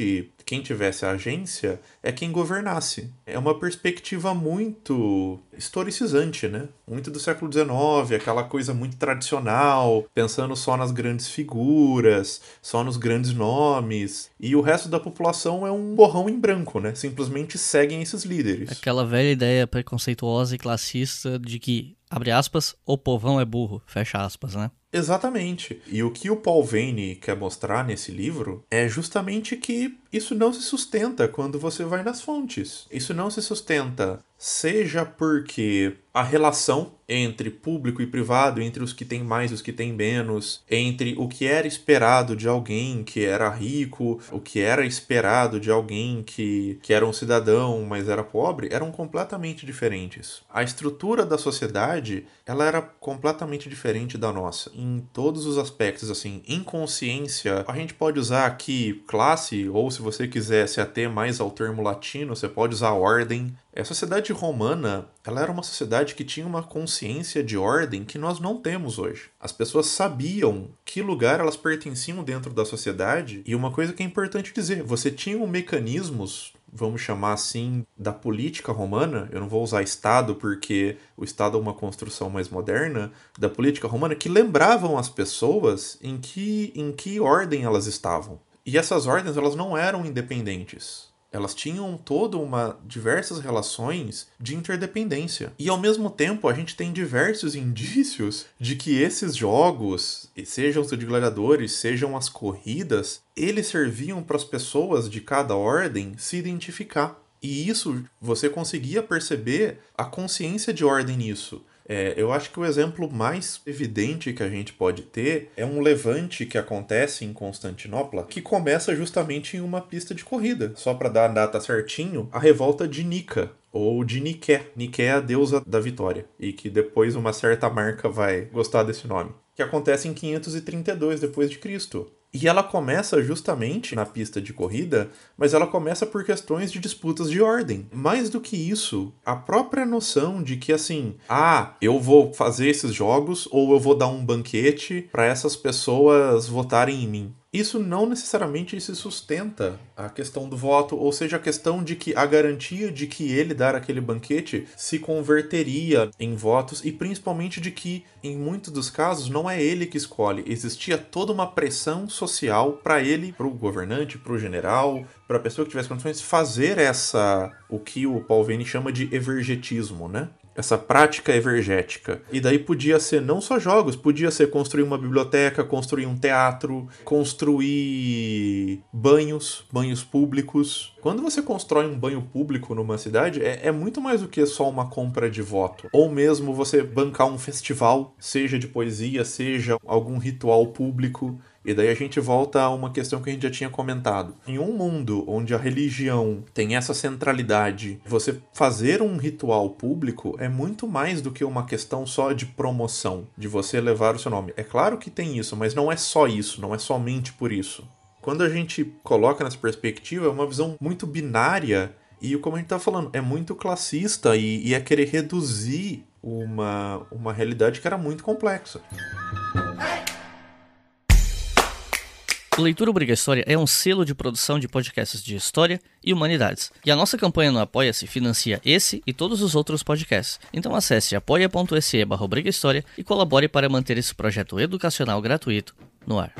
quem tivesse a agência é quem governasse. É uma perspectiva muito historicizante, né? Muito do século dezenove, aquela coisa muito tradicional, pensando só nas grandes figuras, só nos grandes nomes, e o resto da população é um borrão em branco, né? Simplesmente seguem esses líderes. Aquela velha ideia preconceituosa e classista de que, abre aspas, o povão é burro, fecha aspas, né? Exatamente. E o que o Paul Veyne quer mostrar nesse livro é justamente que isso não se sustenta quando você vai nas fontes. Isso não se sustenta, seja porque a relação entre público e privado, entre os que têm mais e os que têm menos, entre o que era esperado de alguém que era rico, o que era esperado de alguém que, que era um cidadão, mas era pobre, eram completamente diferentes. A estrutura da sociedade, ela era completamente diferente da nossa, em todos os aspectos, assim, em consciência. A gente pode usar aqui classe, ou se você quiser se ater mais ao termo latino, você pode usar ordem. A sociedade romana, ela era uma sociedade que tinha uma consciência de ordem que nós não temos hoje. As pessoas sabiam que lugar elas pertenciam dentro da sociedade, e uma coisa que é importante dizer, você tinha mecanismos, vamos chamar assim, da política romana, eu não vou usar Estado porque o Estado é uma construção mais moderna, da política romana, que lembravam as pessoas em que, em que ordem elas estavam. E essas ordens, elas não eram independentes. Elas tinham toda uma diversas relações de interdependência. E ao mesmo tempo a gente tem diversos indícios de que esses jogos, sejam os de gladiadores, sejam as corridas, eles serviam para as pessoas de cada ordem se identificar. E isso, você conseguia perceber a consciência de ordem nisso. É, eu acho que o exemplo mais evidente que a gente pode ter é um levante que acontece em Constantinopla, que começa justamente em uma pista de corrida. Só para dar a data certinho, a revolta de Nica, ou de Niké. Niké é a deusa da vitória, e que depois uma certa marca vai gostar desse nome. Que acontece em quinhentos e trinta e dois depois de Cristo. E ela começa justamente na pista de corrida, mas ela começa por questões de disputas de ordem. Mais do que isso, a própria noção de que assim, ah, eu vou fazer esses jogos ou eu vou dar um banquete para essas pessoas votarem em mim. Isso não necessariamente se sustenta a questão do voto, ou seja, a questão de que a garantia de que ele dar aquele banquete se converteria em votos, e principalmente de que, em muitos dos casos, não é ele que escolhe. Existia toda uma pressão social para ele, para o governante, para o general, para a pessoa que tivesse condições de fazer essa, o que o Paul Veyne chama de evergetismo, né? Essa prática evergética. E daí podia ser não só jogos, podia ser construir uma biblioteca, construir um teatro, construir banhos, banhos públicos. Quando você constrói um banho público numa cidade, é, é muito mais do que só uma compra de voto. Ou mesmo você bancar um festival, seja de poesia, seja algum ritual público. E daí a gente volta a uma questão que a gente já tinha comentado. Em um mundo onde a religião tem essa centralidade, você fazer um ritual público é muito mais do que uma questão só de promoção, de você levar o seu nome. É claro que tem isso, mas não é só isso, não é somente por isso. Quando a gente coloca nessa perspectiva, é uma visão muito binária e, como a gente está falando, é muito classista e, e é querer reduzir uma, uma realidade que era muito complexa. O Leitura Obriga História é um selo de produção de podcasts de história e humanidades. E a nossa campanha no Apoia-se financia esse e todos os outros podcasts. Então acesse apoia.se barra Obriga História e colabore para manter esse projeto educacional gratuito no ar.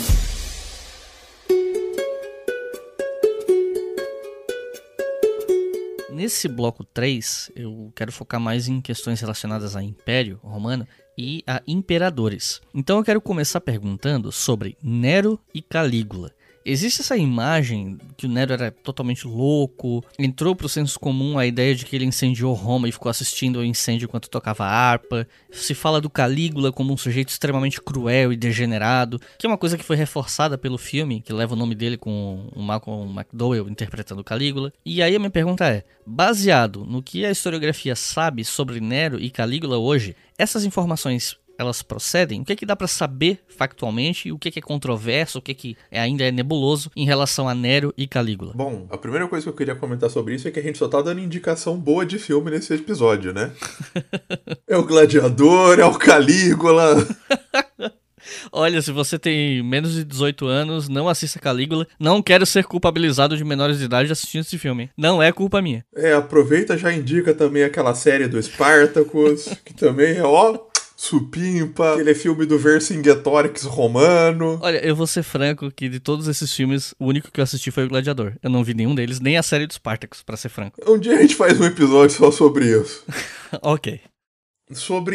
Nesse bloco três, eu quero focar mais em questões relacionadas a Império Romano e a imperadores. Então eu quero começar perguntando sobre Nero e Calígula. Existe essa imagem que o Nero era totalmente louco, entrou pro senso comum a ideia de que ele incendiou Roma e ficou assistindo ao incêndio enquanto tocava harpa. Se fala do Calígula como um sujeito extremamente cruel e degenerado, que é uma coisa que foi reforçada pelo filme, que leva o nome dele com o Malcolm McDowell interpretando o Calígula. E aí a minha pergunta é, baseado no que a historiografia sabe sobre Nero e Calígula hoje, essas informações elas procedem? O que é que dá para saber factualmente? O que é que é controverso? O que é que ainda é nebuloso em relação a Nero e Calígula? Bom, a primeira coisa que eu queria comentar sobre isso é que a gente só tá dando indicação boa de filme nesse episódio, né? É o Gladiador, é o Calígula. Olha, se você tem menos de dezoito anos, não assista Calígula. Não quero ser culpabilizado de menores de idade assistindo esse filme. Não é culpa minha. É, aproveita e já indica também aquela série do Spartacus, que também é, ó, supimpa. Aquele filme do Vercingetorix romano. Olha, eu vou ser franco que de todos esses filmes, o único que eu assisti foi o Gladiador. Eu não vi nenhum deles, nem a série do Spartacus, pra ser franco. Um dia a gente faz um episódio só sobre isso. Ok. Sobre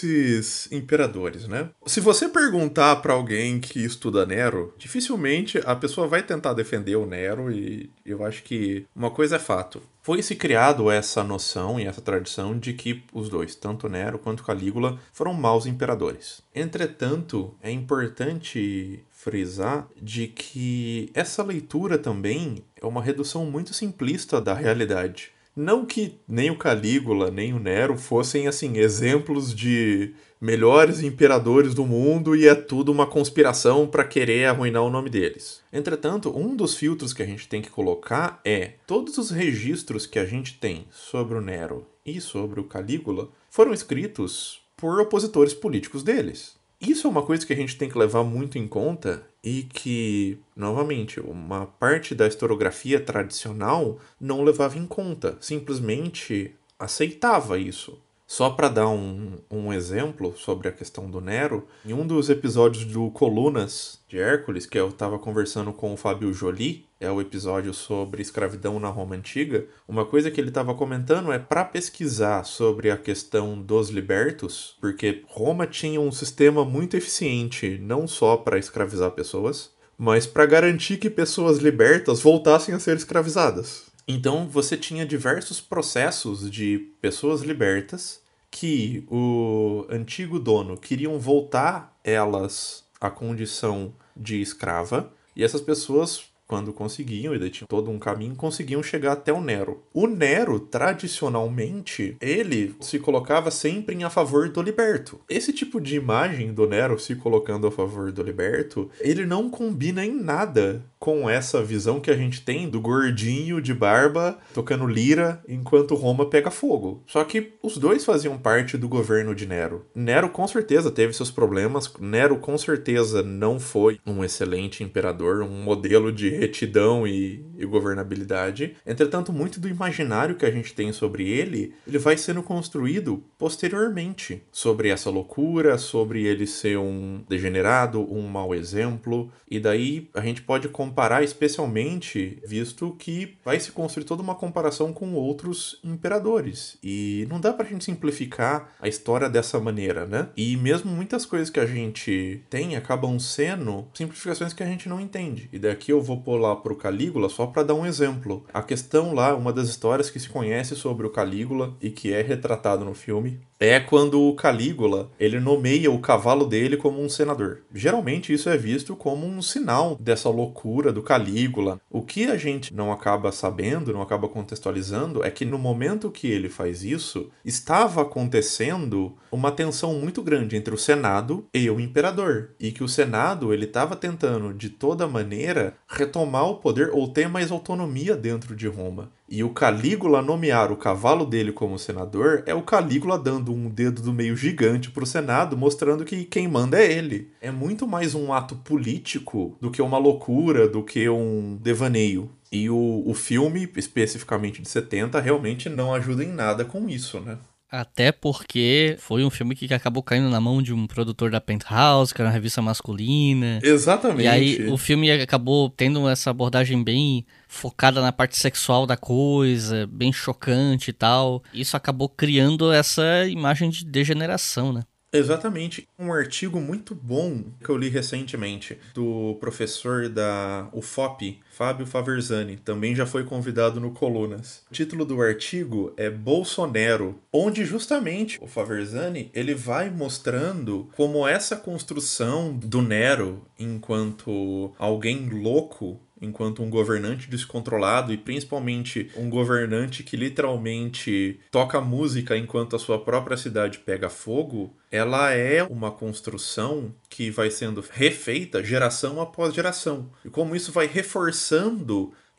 esses imperadores, né? Se você perguntar pra alguém que estuda Nero, dificilmente a pessoa vai tentar defender o Nero, e eu acho que uma coisa é fato. Foi-se criado essa noção e essa tradição de que os dois, tanto Nero quanto Calígula, foram maus imperadores. Entretanto, é importante frisar de que essa leitura também é uma redução muito simplista da realidade. Não que nem o Calígula, nem o Nero fossem, assim, exemplos de melhores imperadores do mundo e é tudo uma conspiração para querer arruinar o nome deles. Entretanto, um dos filtros que a gente tem que colocar é todos os registros que a gente tem sobre o Nero e sobre o Calígula foram escritos por opositores políticos deles. Isso é uma coisa que a gente tem que levar muito em conta e que, novamente, uma parte da historiografia tradicional não levava em conta, simplesmente aceitava isso. Só para dar um, um exemplo sobre a questão do Nero, em um dos episódios do Colunas de Hércules, que eu estava conversando com o Fábio Joly, é o episódio sobre escravidão na Roma Antiga, uma coisa que ele estava comentando é para pesquisar sobre a questão dos libertos, porque Roma tinha um sistema muito eficiente, não só para escravizar pessoas, mas para garantir que pessoas libertas voltassem a ser escravizadas. Então você tinha diversos processos de pessoas libertas que o antigo dono queriam voltar elas à condição de escrava, e essas pessoas, quando conseguiam, e daí tinha todo um caminho, conseguiam chegar até o Nero. O Nero, tradicionalmente, ele se colocava sempre em a favor do liberto. Esse tipo de imagem do Nero se colocando a favor do liberto, ele não combina em nada com essa visão que a gente tem do gordinho de barba tocando lira enquanto Roma pega fogo. Só que os dois faziam parte do governo de Nero. Nero com certeza teve seus problemas. Nero com certeza não foi um excelente imperador, um modelo de retidão e, e governabilidade. Entretanto, muito do imaginário que a gente tem sobre ele, ele vai sendo construído posteriormente. Sobre essa loucura, sobre ele ser um degenerado, um mau exemplo. E daí a gente pode comparar especialmente, visto que vai se construir toda uma comparação com outros imperadores. E não dá pra gente simplificar a história dessa maneira, né? E mesmo muitas coisas que a gente tem acabam sendo simplificações que a gente não entende. E daqui eu vou pular pro Calígula só pra dar um exemplo. A questão lá, uma das histórias que se conhece sobre o Calígula e que é retratado no filme, é quando o Calígula, ele nomeia o cavalo dele como um senador. Geralmente isso é visto como um sinal dessa loucura do Calígula. O que a gente não acaba sabendo, não acaba contextualizando, é que no momento que ele faz isso, estava acontecendo uma tensão muito grande entre o Senado e o imperador. E que o Senado, ele estava tentando, de toda maneira, retomar o poder ou ter mais autonomia dentro de Roma. E o Calígula nomear o cavalo dele como senador é o Calígula dando um dedo do meio gigante pro Senado, mostrando que quem manda é ele. É muito mais um ato político do que uma loucura, do que um devaneio. E o, o filme, especificamente de setenta, realmente não ajuda em nada com isso, né? Até porque foi um filme que acabou caindo na mão de um produtor da Penthouse, que era uma revista masculina. Exatamente. E aí o filme acabou tendo essa abordagem bem focada na parte sexual da coisa, bem chocante e tal. Isso acabou criando essa imagem de degeneração, né? Exatamente. Um artigo muito bom que eu li recentemente do professor da U F O P, Fábio Faverzani, também já foi convidado no Colunas. O título do artigo é Bolsonaro, onde justamente o Faverzani ele vai mostrando como essa construção do Nero enquanto alguém louco, enquanto um governante descontrolado e principalmente um governante que literalmente toca música enquanto a sua própria cidade pega fogo, ela é uma construção que vai sendo refeita geração após geração. E como isso vai reforçando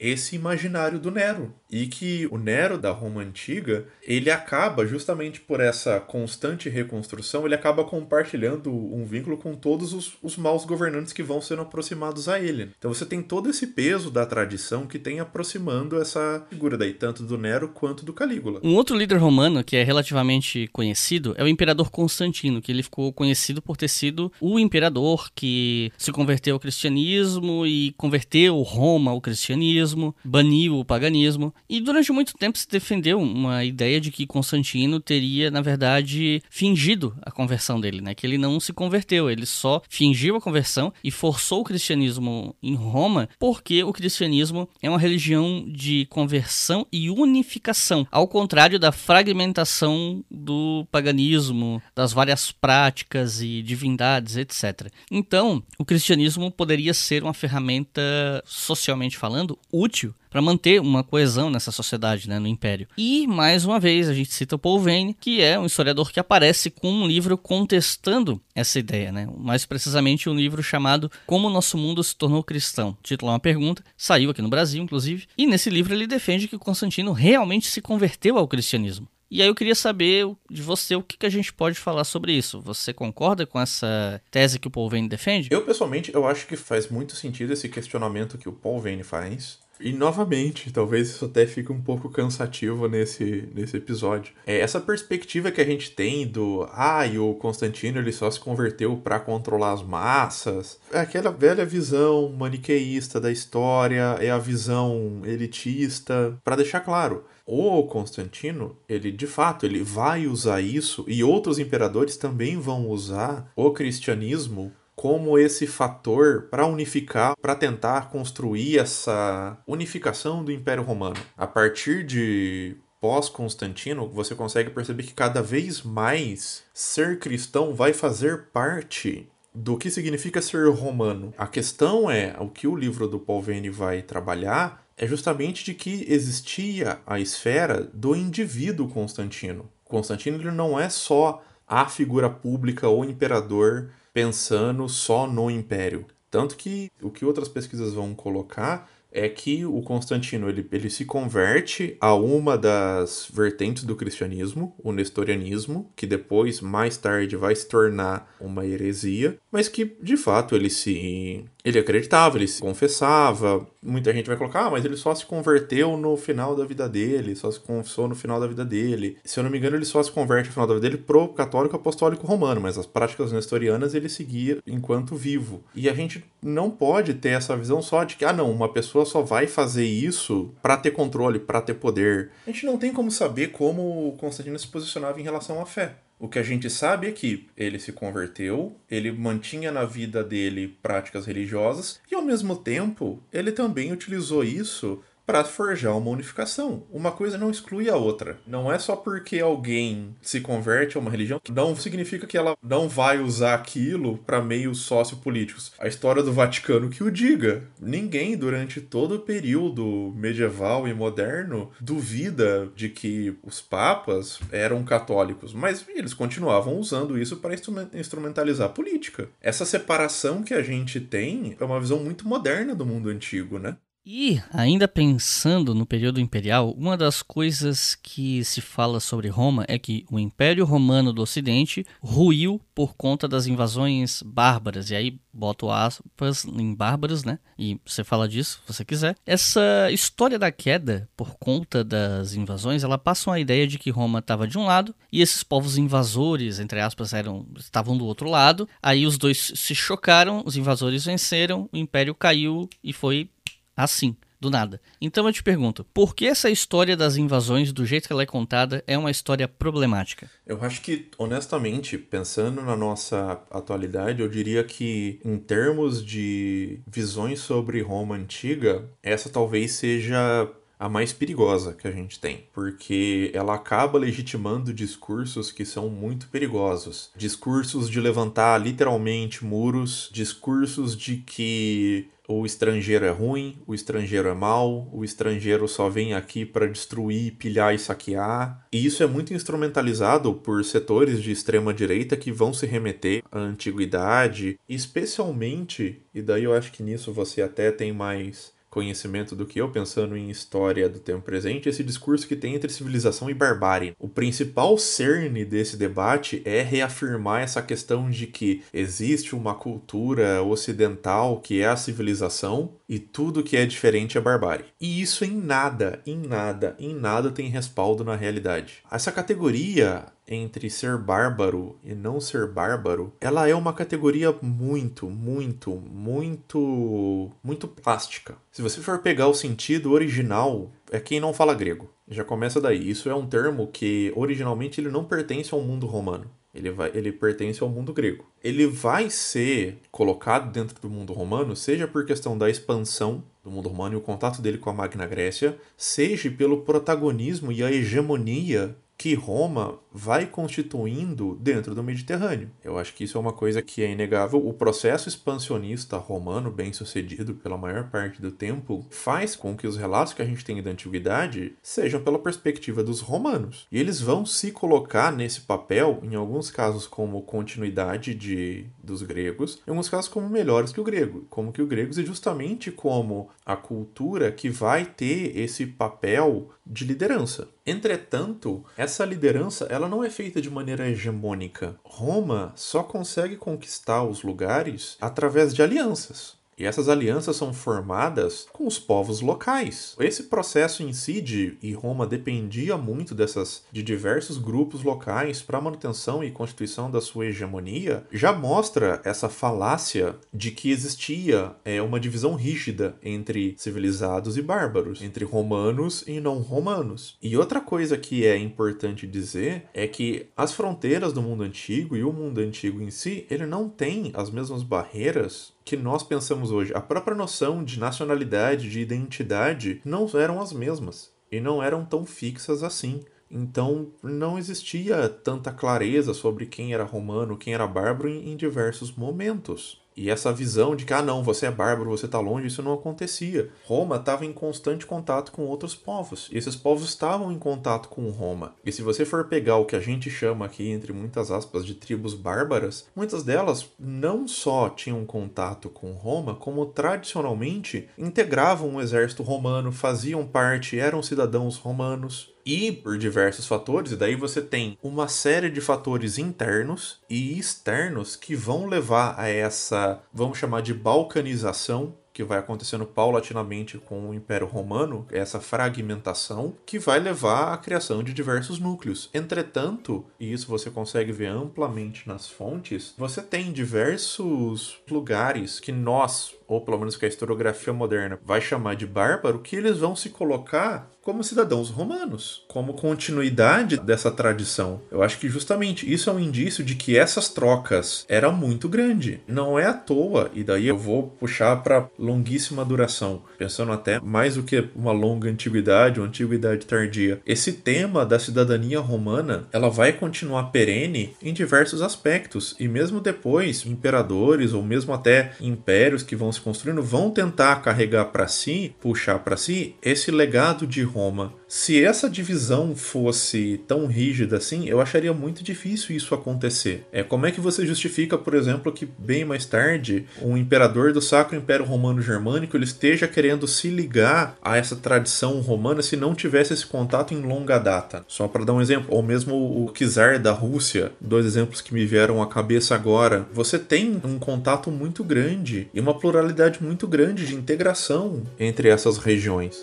esse imaginário do Nero. E que o Nero da Roma Antiga, ele acaba, justamente por essa constante reconstrução, ele acaba compartilhando um vínculo com todos os, os maus governantes que vão sendo aproximados a ele. Então você tem todo esse peso da tradição que tem aproximando essa figura daí, tanto do Nero quanto do Calígula. Um outro líder romano que é relativamente conhecido é o imperador Constantino, que ele ficou conhecido por ter sido o imperador que se converteu ao cristianismo e converteu Roma ao cristianismo, baniu o paganismo. E durante muito tempo se defendeu uma ideia de que Constantino teria, na verdade, fingido a conversão dele, né? Que ele não se converteu, ele só fingiu a conversão e forçou o cristianismo em Roma, porque o cristianismo é uma religião de conversão e unificação, ao contrário da fragmentação do paganismo, das várias práticas e divindades, etcétera. Então, o cristianismo poderia ser uma ferramenta, socialmente falando, útil para manter uma coesão nessa sociedade, né, no Império. E, mais uma vez, a gente cita o Paul Vane, que é um historiador que aparece com um livro contestando essa ideia, né? Mais precisamente um livro chamado Como Nosso Mundo se Tornou Cristão. O título é uma pergunta, saiu aqui no Brasil, inclusive. E nesse livro ele defende que Constantino realmente se converteu ao cristianismo. E aí eu queria saber de você o que, que a gente pode falar sobre isso. Você concorda com essa tese que o Paul Vane defende? Eu, pessoalmente, eu acho que faz muito sentido esse questionamento que o Paul Vane faz. E, novamente, talvez isso até fique um pouco cansativo nesse, nesse episódio. É essa perspectiva que a gente tem do ah, e o Constantino ele só se converteu para controlar as massas. É aquela velha visão maniqueísta da história, é a visão elitista. Para deixar claro, o Constantino, ele de fato, ele vai usar isso, e outros imperadores também vão usar o cristianismo como esse fator para unificar, para tentar construir essa unificação do Império Romano. A partir de pós-Constantino, você consegue perceber que cada vez mais ser cristão vai fazer parte do que significa ser romano. A questão é, o que o livro do Paul Vane vai trabalhar é justamente de que existia a esfera do indivíduo Constantino. Constantino ele não é só a figura pública ou imperador pensando só no império. Tanto que o que outras pesquisas vão colocar é que o Constantino ele, ele se converte a uma das vertentes do cristianismo, o nestorianismo, que depois, mais tarde, vai se tornar uma heresia, mas que, de fato, ele se ele acreditava, ele se confessava. Muita gente vai colocar, ah, mas ele só se converteu no final da vida dele, só se confessou no final da vida dele. Se eu não me engano, ele só se converte no final da vida dele pro católico apostólico romano, mas as práticas nestorianas ele seguia enquanto vivo. E a gente não pode ter essa visão só de que, ah, não, uma pessoa só vai fazer isso para ter controle, para ter poder. A gente não tem como saber como o Constantino se posicionava em relação à fé. O que a gente sabe é que ele se converteu, ele mantinha na vida dele práticas religiosas e, ao mesmo tempo, ele também utilizou isso para forjar uma unificação. Uma coisa não exclui a outra. Não é só porque alguém se converte a uma religião, não significa que ela não vai usar aquilo para meios sociopolíticos. A história do Vaticano que o diga. Ninguém, durante todo o período medieval e moderno, duvida de que os papas eram católicos, mas eles continuavam usando isso para instrumentalizar a política. Essa separação que a gente tem é uma visão muito moderna do mundo antigo, né? E, ainda pensando no período imperial, uma das coisas que se fala sobre Roma é que o Império Romano do Ocidente ruiu por conta das invasões bárbaras. E aí, boto aspas em bárbaros, né? E você fala disso, se você quiser. Essa história da queda por conta das invasões, ela passa uma ideia de que Roma estava de um lado e esses povos invasores, entre aspas, eram, estavam do outro lado. Aí os dois se chocaram, os invasores venceram, o Império caiu e foi assim, do nada. Então eu te pergunto, por que essa história das invasões, do jeito que ela é contada, é uma história problemática? Eu acho que, honestamente, pensando na nossa atualidade, eu diria que, em termos de visões sobre Roma antiga, essa talvez seja a mais perigosa que a gente tem, porque ela acaba legitimando discursos que são muito perigosos. Discursos de levantar literalmente muros, discursos de que o estrangeiro é ruim, o estrangeiro é mau, o estrangeiro só vem aqui para destruir, pilhar e saquear. E isso é muito instrumentalizado por setores de extrema-direita que vão se remeter à antiguidade, especialmente, e daí eu acho que nisso você até tem mais conhecimento do que eu, pensando em história do tempo presente, esse discurso que tem entre civilização e barbárie. O principal cerne desse debate é reafirmar essa questão de que existe uma cultura ocidental que é a civilização e tudo que é diferente é barbárie. E isso em nada, em nada, em nada tem respaldo na realidade. Essa categoria entre ser bárbaro e não ser bárbaro, ela é uma categoria muito, muito, muito, muito plástica. Se você for pegar o sentido original, é quem não fala grego. Já começa daí. Isso é um termo que originalmente ele não pertence ao mundo romano. Ele, vai, ele pertence ao mundo grego. Ele vai ser colocado dentro do mundo romano, seja por questão da expansão do mundo romano e o contato dele com a Magna Grécia, seja pelo protagonismo e a hegemonia que Roma vai constituindo dentro do Mediterrâneo. Eu acho que isso é uma coisa que é inegável. O processo expansionista romano, bem sucedido pela maior parte do tempo, faz com que os relatos que a gente tem da antiguidade sejam pela perspectiva dos romanos. E eles vão se colocar nesse papel, em alguns casos como continuidade de, dos gregos, em alguns casos como melhores que o grego, como que o gregos, e justamente como a cultura que vai ter esse papel de liderança. Entretanto, essa liderança ela não é feita de maneira hegemônica. Roma só consegue conquistar os lugares através de alianças. E essas alianças são formadas com os povos locais. Esse processo incide, e Roma dependia muito dessas, de diversos grupos locais para a manutenção e constituição da sua hegemonia, já mostra essa falácia de que existia é, uma divisão rígida entre civilizados e bárbaros, entre romanos e não romanos. E outra coisa que é importante dizer é que as fronteiras do mundo antigo e o mundo antigo em si, ele não tem as mesmas barreiras que nós pensamos hoje. A própria noção de nacionalidade, de identidade, não eram as mesmas. E não eram tão fixas assim. Então, não existia tanta clareza sobre quem era romano, quem era bárbaro em, em diversos momentos. E essa visão de que, ah não, você é bárbaro, você está longe, isso não acontecia. Roma estava em constante contato com outros povos. E esses povos estavam em contato com Roma. E se você for pegar o que a gente chama aqui, entre muitas aspas, de tribos bárbaras, muitas delas não só tinham contato com Roma, como tradicionalmente integravam o exército romano, faziam parte, eram cidadãos romanos. E por diversos fatores, e daí você tem uma série de fatores internos e externos que vão levar a essa, vamos chamar de balcanização, que vai acontecendo paulatinamente com o Império Romano, essa fragmentação, que vai levar à criação de diversos núcleos. Entretanto, e isso você consegue ver amplamente nas fontes, você tem diversos lugares que nós, ou pelo menos que a historiografia moderna vai chamar de bárbaro, que eles vão se colocar como cidadãos romanos, como continuidade dessa tradição. Eu acho que justamente isso é um indício de que essas trocas eram muito grandes. Não é à toa, e daí eu vou puxar para longuíssima duração, pensando até mais do que uma longa antiguidade ou antiguidade tardia. Esse tema da cidadania romana, ela vai continuar perene em diversos aspectos, e mesmo depois, imperadores ou mesmo até impérios que vão se construindo vão tentar carregar para si, puxar para si esse legado de Roma. Se essa divisão fosse tão rígida assim, eu acharia muito difícil isso acontecer. É, como é que você justifica, por exemplo, que bem mais tarde um imperador do Sacro Império Romano Germânico ele esteja querendo se ligar a essa tradição romana se não tivesse esse contato em longa data? Só para dar um exemplo, ou mesmo o czar da Rússia, dois exemplos que me vieram à cabeça agora. Você tem um contato muito grande e uma pluralidade muito grande de integração entre essas regiões.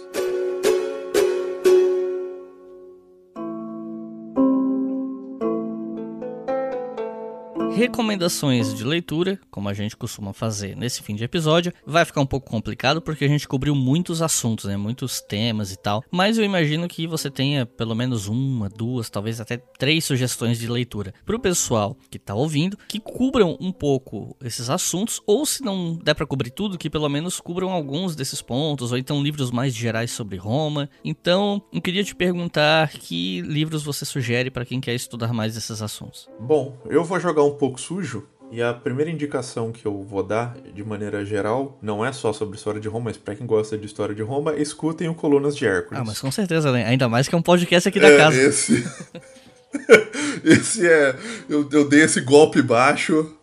Recomendações de leitura, como a gente costuma fazer nesse fim de episódio, vai ficar um pouco complicado porque a gente cobriu muitos assuntos, né, muitos temas e tal, mas eu imagino que você tenha pelo menos uma, duas, talvez até três sugestões de leitura para o pessoal que está ouvindo, que cubram um pouco esses assuntos, ou se não der para cobrir tudo, que pelo menos cubram alguns desses pontos, ou então livros mais gerais sobre Roma. Então, eu queria te perguntar que livros você sugere para quem quer estudar mais esses assuntos. Bom, eu vou jogar um pouco sujo, e a primeira indicação que eu vou dar, de maneira geral, não é só sobre história de Roma, mas pra quem gosta de história de Roma, escutem o Colunas de Hércules. Ah, mas com certeza, né? Ainda mais que é um podcast aqui da é, casa. Esse... esse é... Eu, eu dei esse golpe baixo,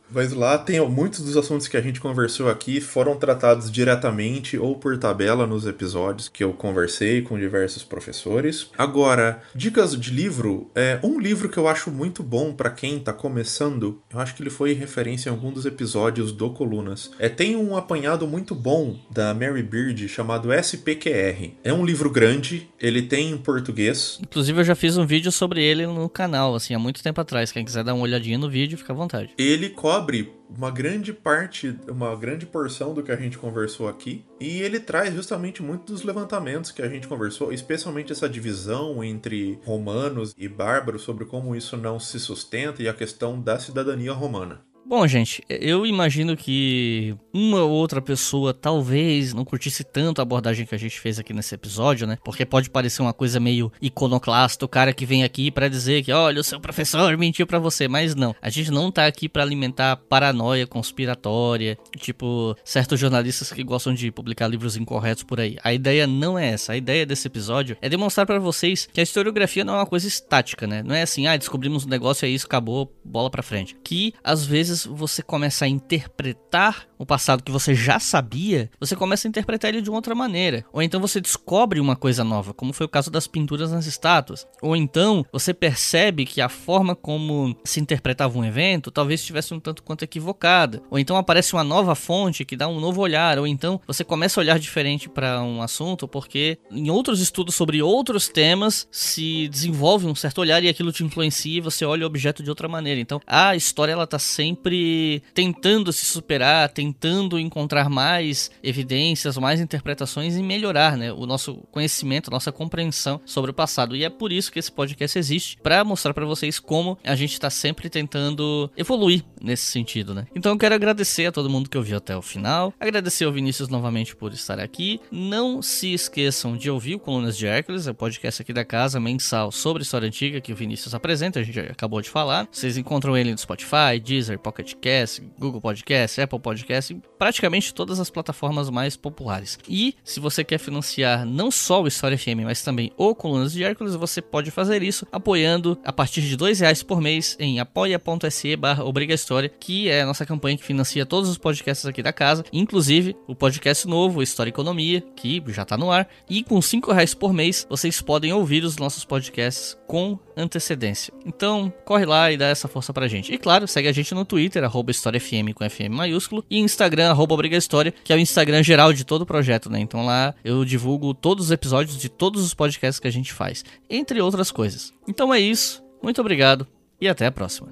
Mas lá tem muitos dos assuntos que a gente conversou aqui foram tratados diretamente ou por tabela nos episódios que eu conversei com diversos professores. Agora, dicas de livro, é um livro que eu acho muito bom para quem tá começando, eu acho que ele foi referência em algum dos episódios do Colunas. É, tem um apanhado muito bom da Mary Beard chamado S P Q R. É um livro grande, ele tem em português. Inclusive eu já fiz um vídeo sobre ele no canal, assim, há muito tempo atrás. Quem quiser dar uma olhadinha no vídeo, fica à vontade. Ele cobre uma grande parte, uma grande porção do que a gente conversou aqui, e ele traz justamente muito dos levantamentos que a gente conversou, especialmente essa divisão entre romanos e bárbaros, sobre como isso não se sustenta e a questão da cidadania romana. Bom, gente, eu imagino que uma ou outra pessoa talvez não curtisse tanto a abordagem que a gente fez aqui nesse episódio, né? Porque pode parecer uma coisa meio iconoclasta, o cara que vem aqui pra dizer que, olha, o seu professor mentiu pra você, mas não. A gente não tá aqui pra alimentar paranoia conspiratória, tipo, certos jornalistas que gostam de publicar livros incorretos por aí. A ideia não é essa. A ideia desse episódio é demonstrar pra vocês que a historiografia não é uma coisa estática, né? Não é assim, ah, descobrimos um negócio, é isso, acabou, bola pra frente. Que, às vezes, você começa a interpretar o passado que você já sabia, você começa a interpretar ele de uma outra maneira. Ou então você descobre uma coisa nova, como foi o caso das pinturas nas estátuas. Ou então você percebe que a forma como se interpretava um evento talvez estivesse um tanto quanto equivocada. Ou então aparece uma nova fonte que dá um novo olhar. Ou então você começa a olhar diferente para um assunto porque em outros estudos sobre outros temas se desenvolve um certo olhar e aquilo te influencia e você olha o objeto de outra maneira. Então a história ela tá sempre tentando se superar, tentando encontrar mais evidências, mais interpretações e melhorar, né, o nosso conhecimento, a nossa compreensão sobre o passado. E é por isso que esse podcast existe, para mostrar para vocês como a gente está sempre tentando evoluir nesse sentido, né? Então eu quero agradecer a todo mundo que ouviu até o final, agradecer ao Vinícius novamente por estar aqui. Não se esqueçam de ouvir o Colunas de Hércules, é o podcast aqui da casa mensal sobre história antiga que o Vinícius apresenta, a gente já acabou de falar. Vocês encontram ele no Spotify, Deezer, Pocket Cast, Google Podcast, Apple Podcast, e praticamente todas as plataformas mais populares. E se você quer financiar não só o História F M, mas também o Colunas de Hércules, você pode fazer isso apoiando a partir de dois reais por mês em apoia.se barra Obriga História, que é a nossa campanha que financia todos os podcasts aqui da casa, inclusive o podcast novo, História e Economia, que já está no ar, e com cinco reais por mês vocês podem ouvir os nossos podcasts com antecedência. Então corre lá e dá essa força pra gente. E claro, segue a gente no Twitter, arroba História F M com F M maiúsculo, e Instagram, arroba Obriga História, que é o Instagram geral de todo o projeto, né? Então lá eu divulgo todos os episódios de todos os podcasts que a gente faz, entre outras coisas. Então é isso, muito obrigado e até a próxima.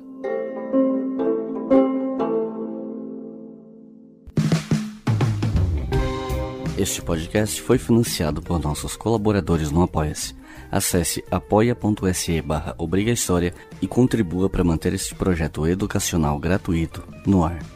Este podcast foi financiado por nossos colaboradores no Apoia-se. Acesse apoia.se barra Obriga História e contribua para manter este projeto educacional gratuito no ar.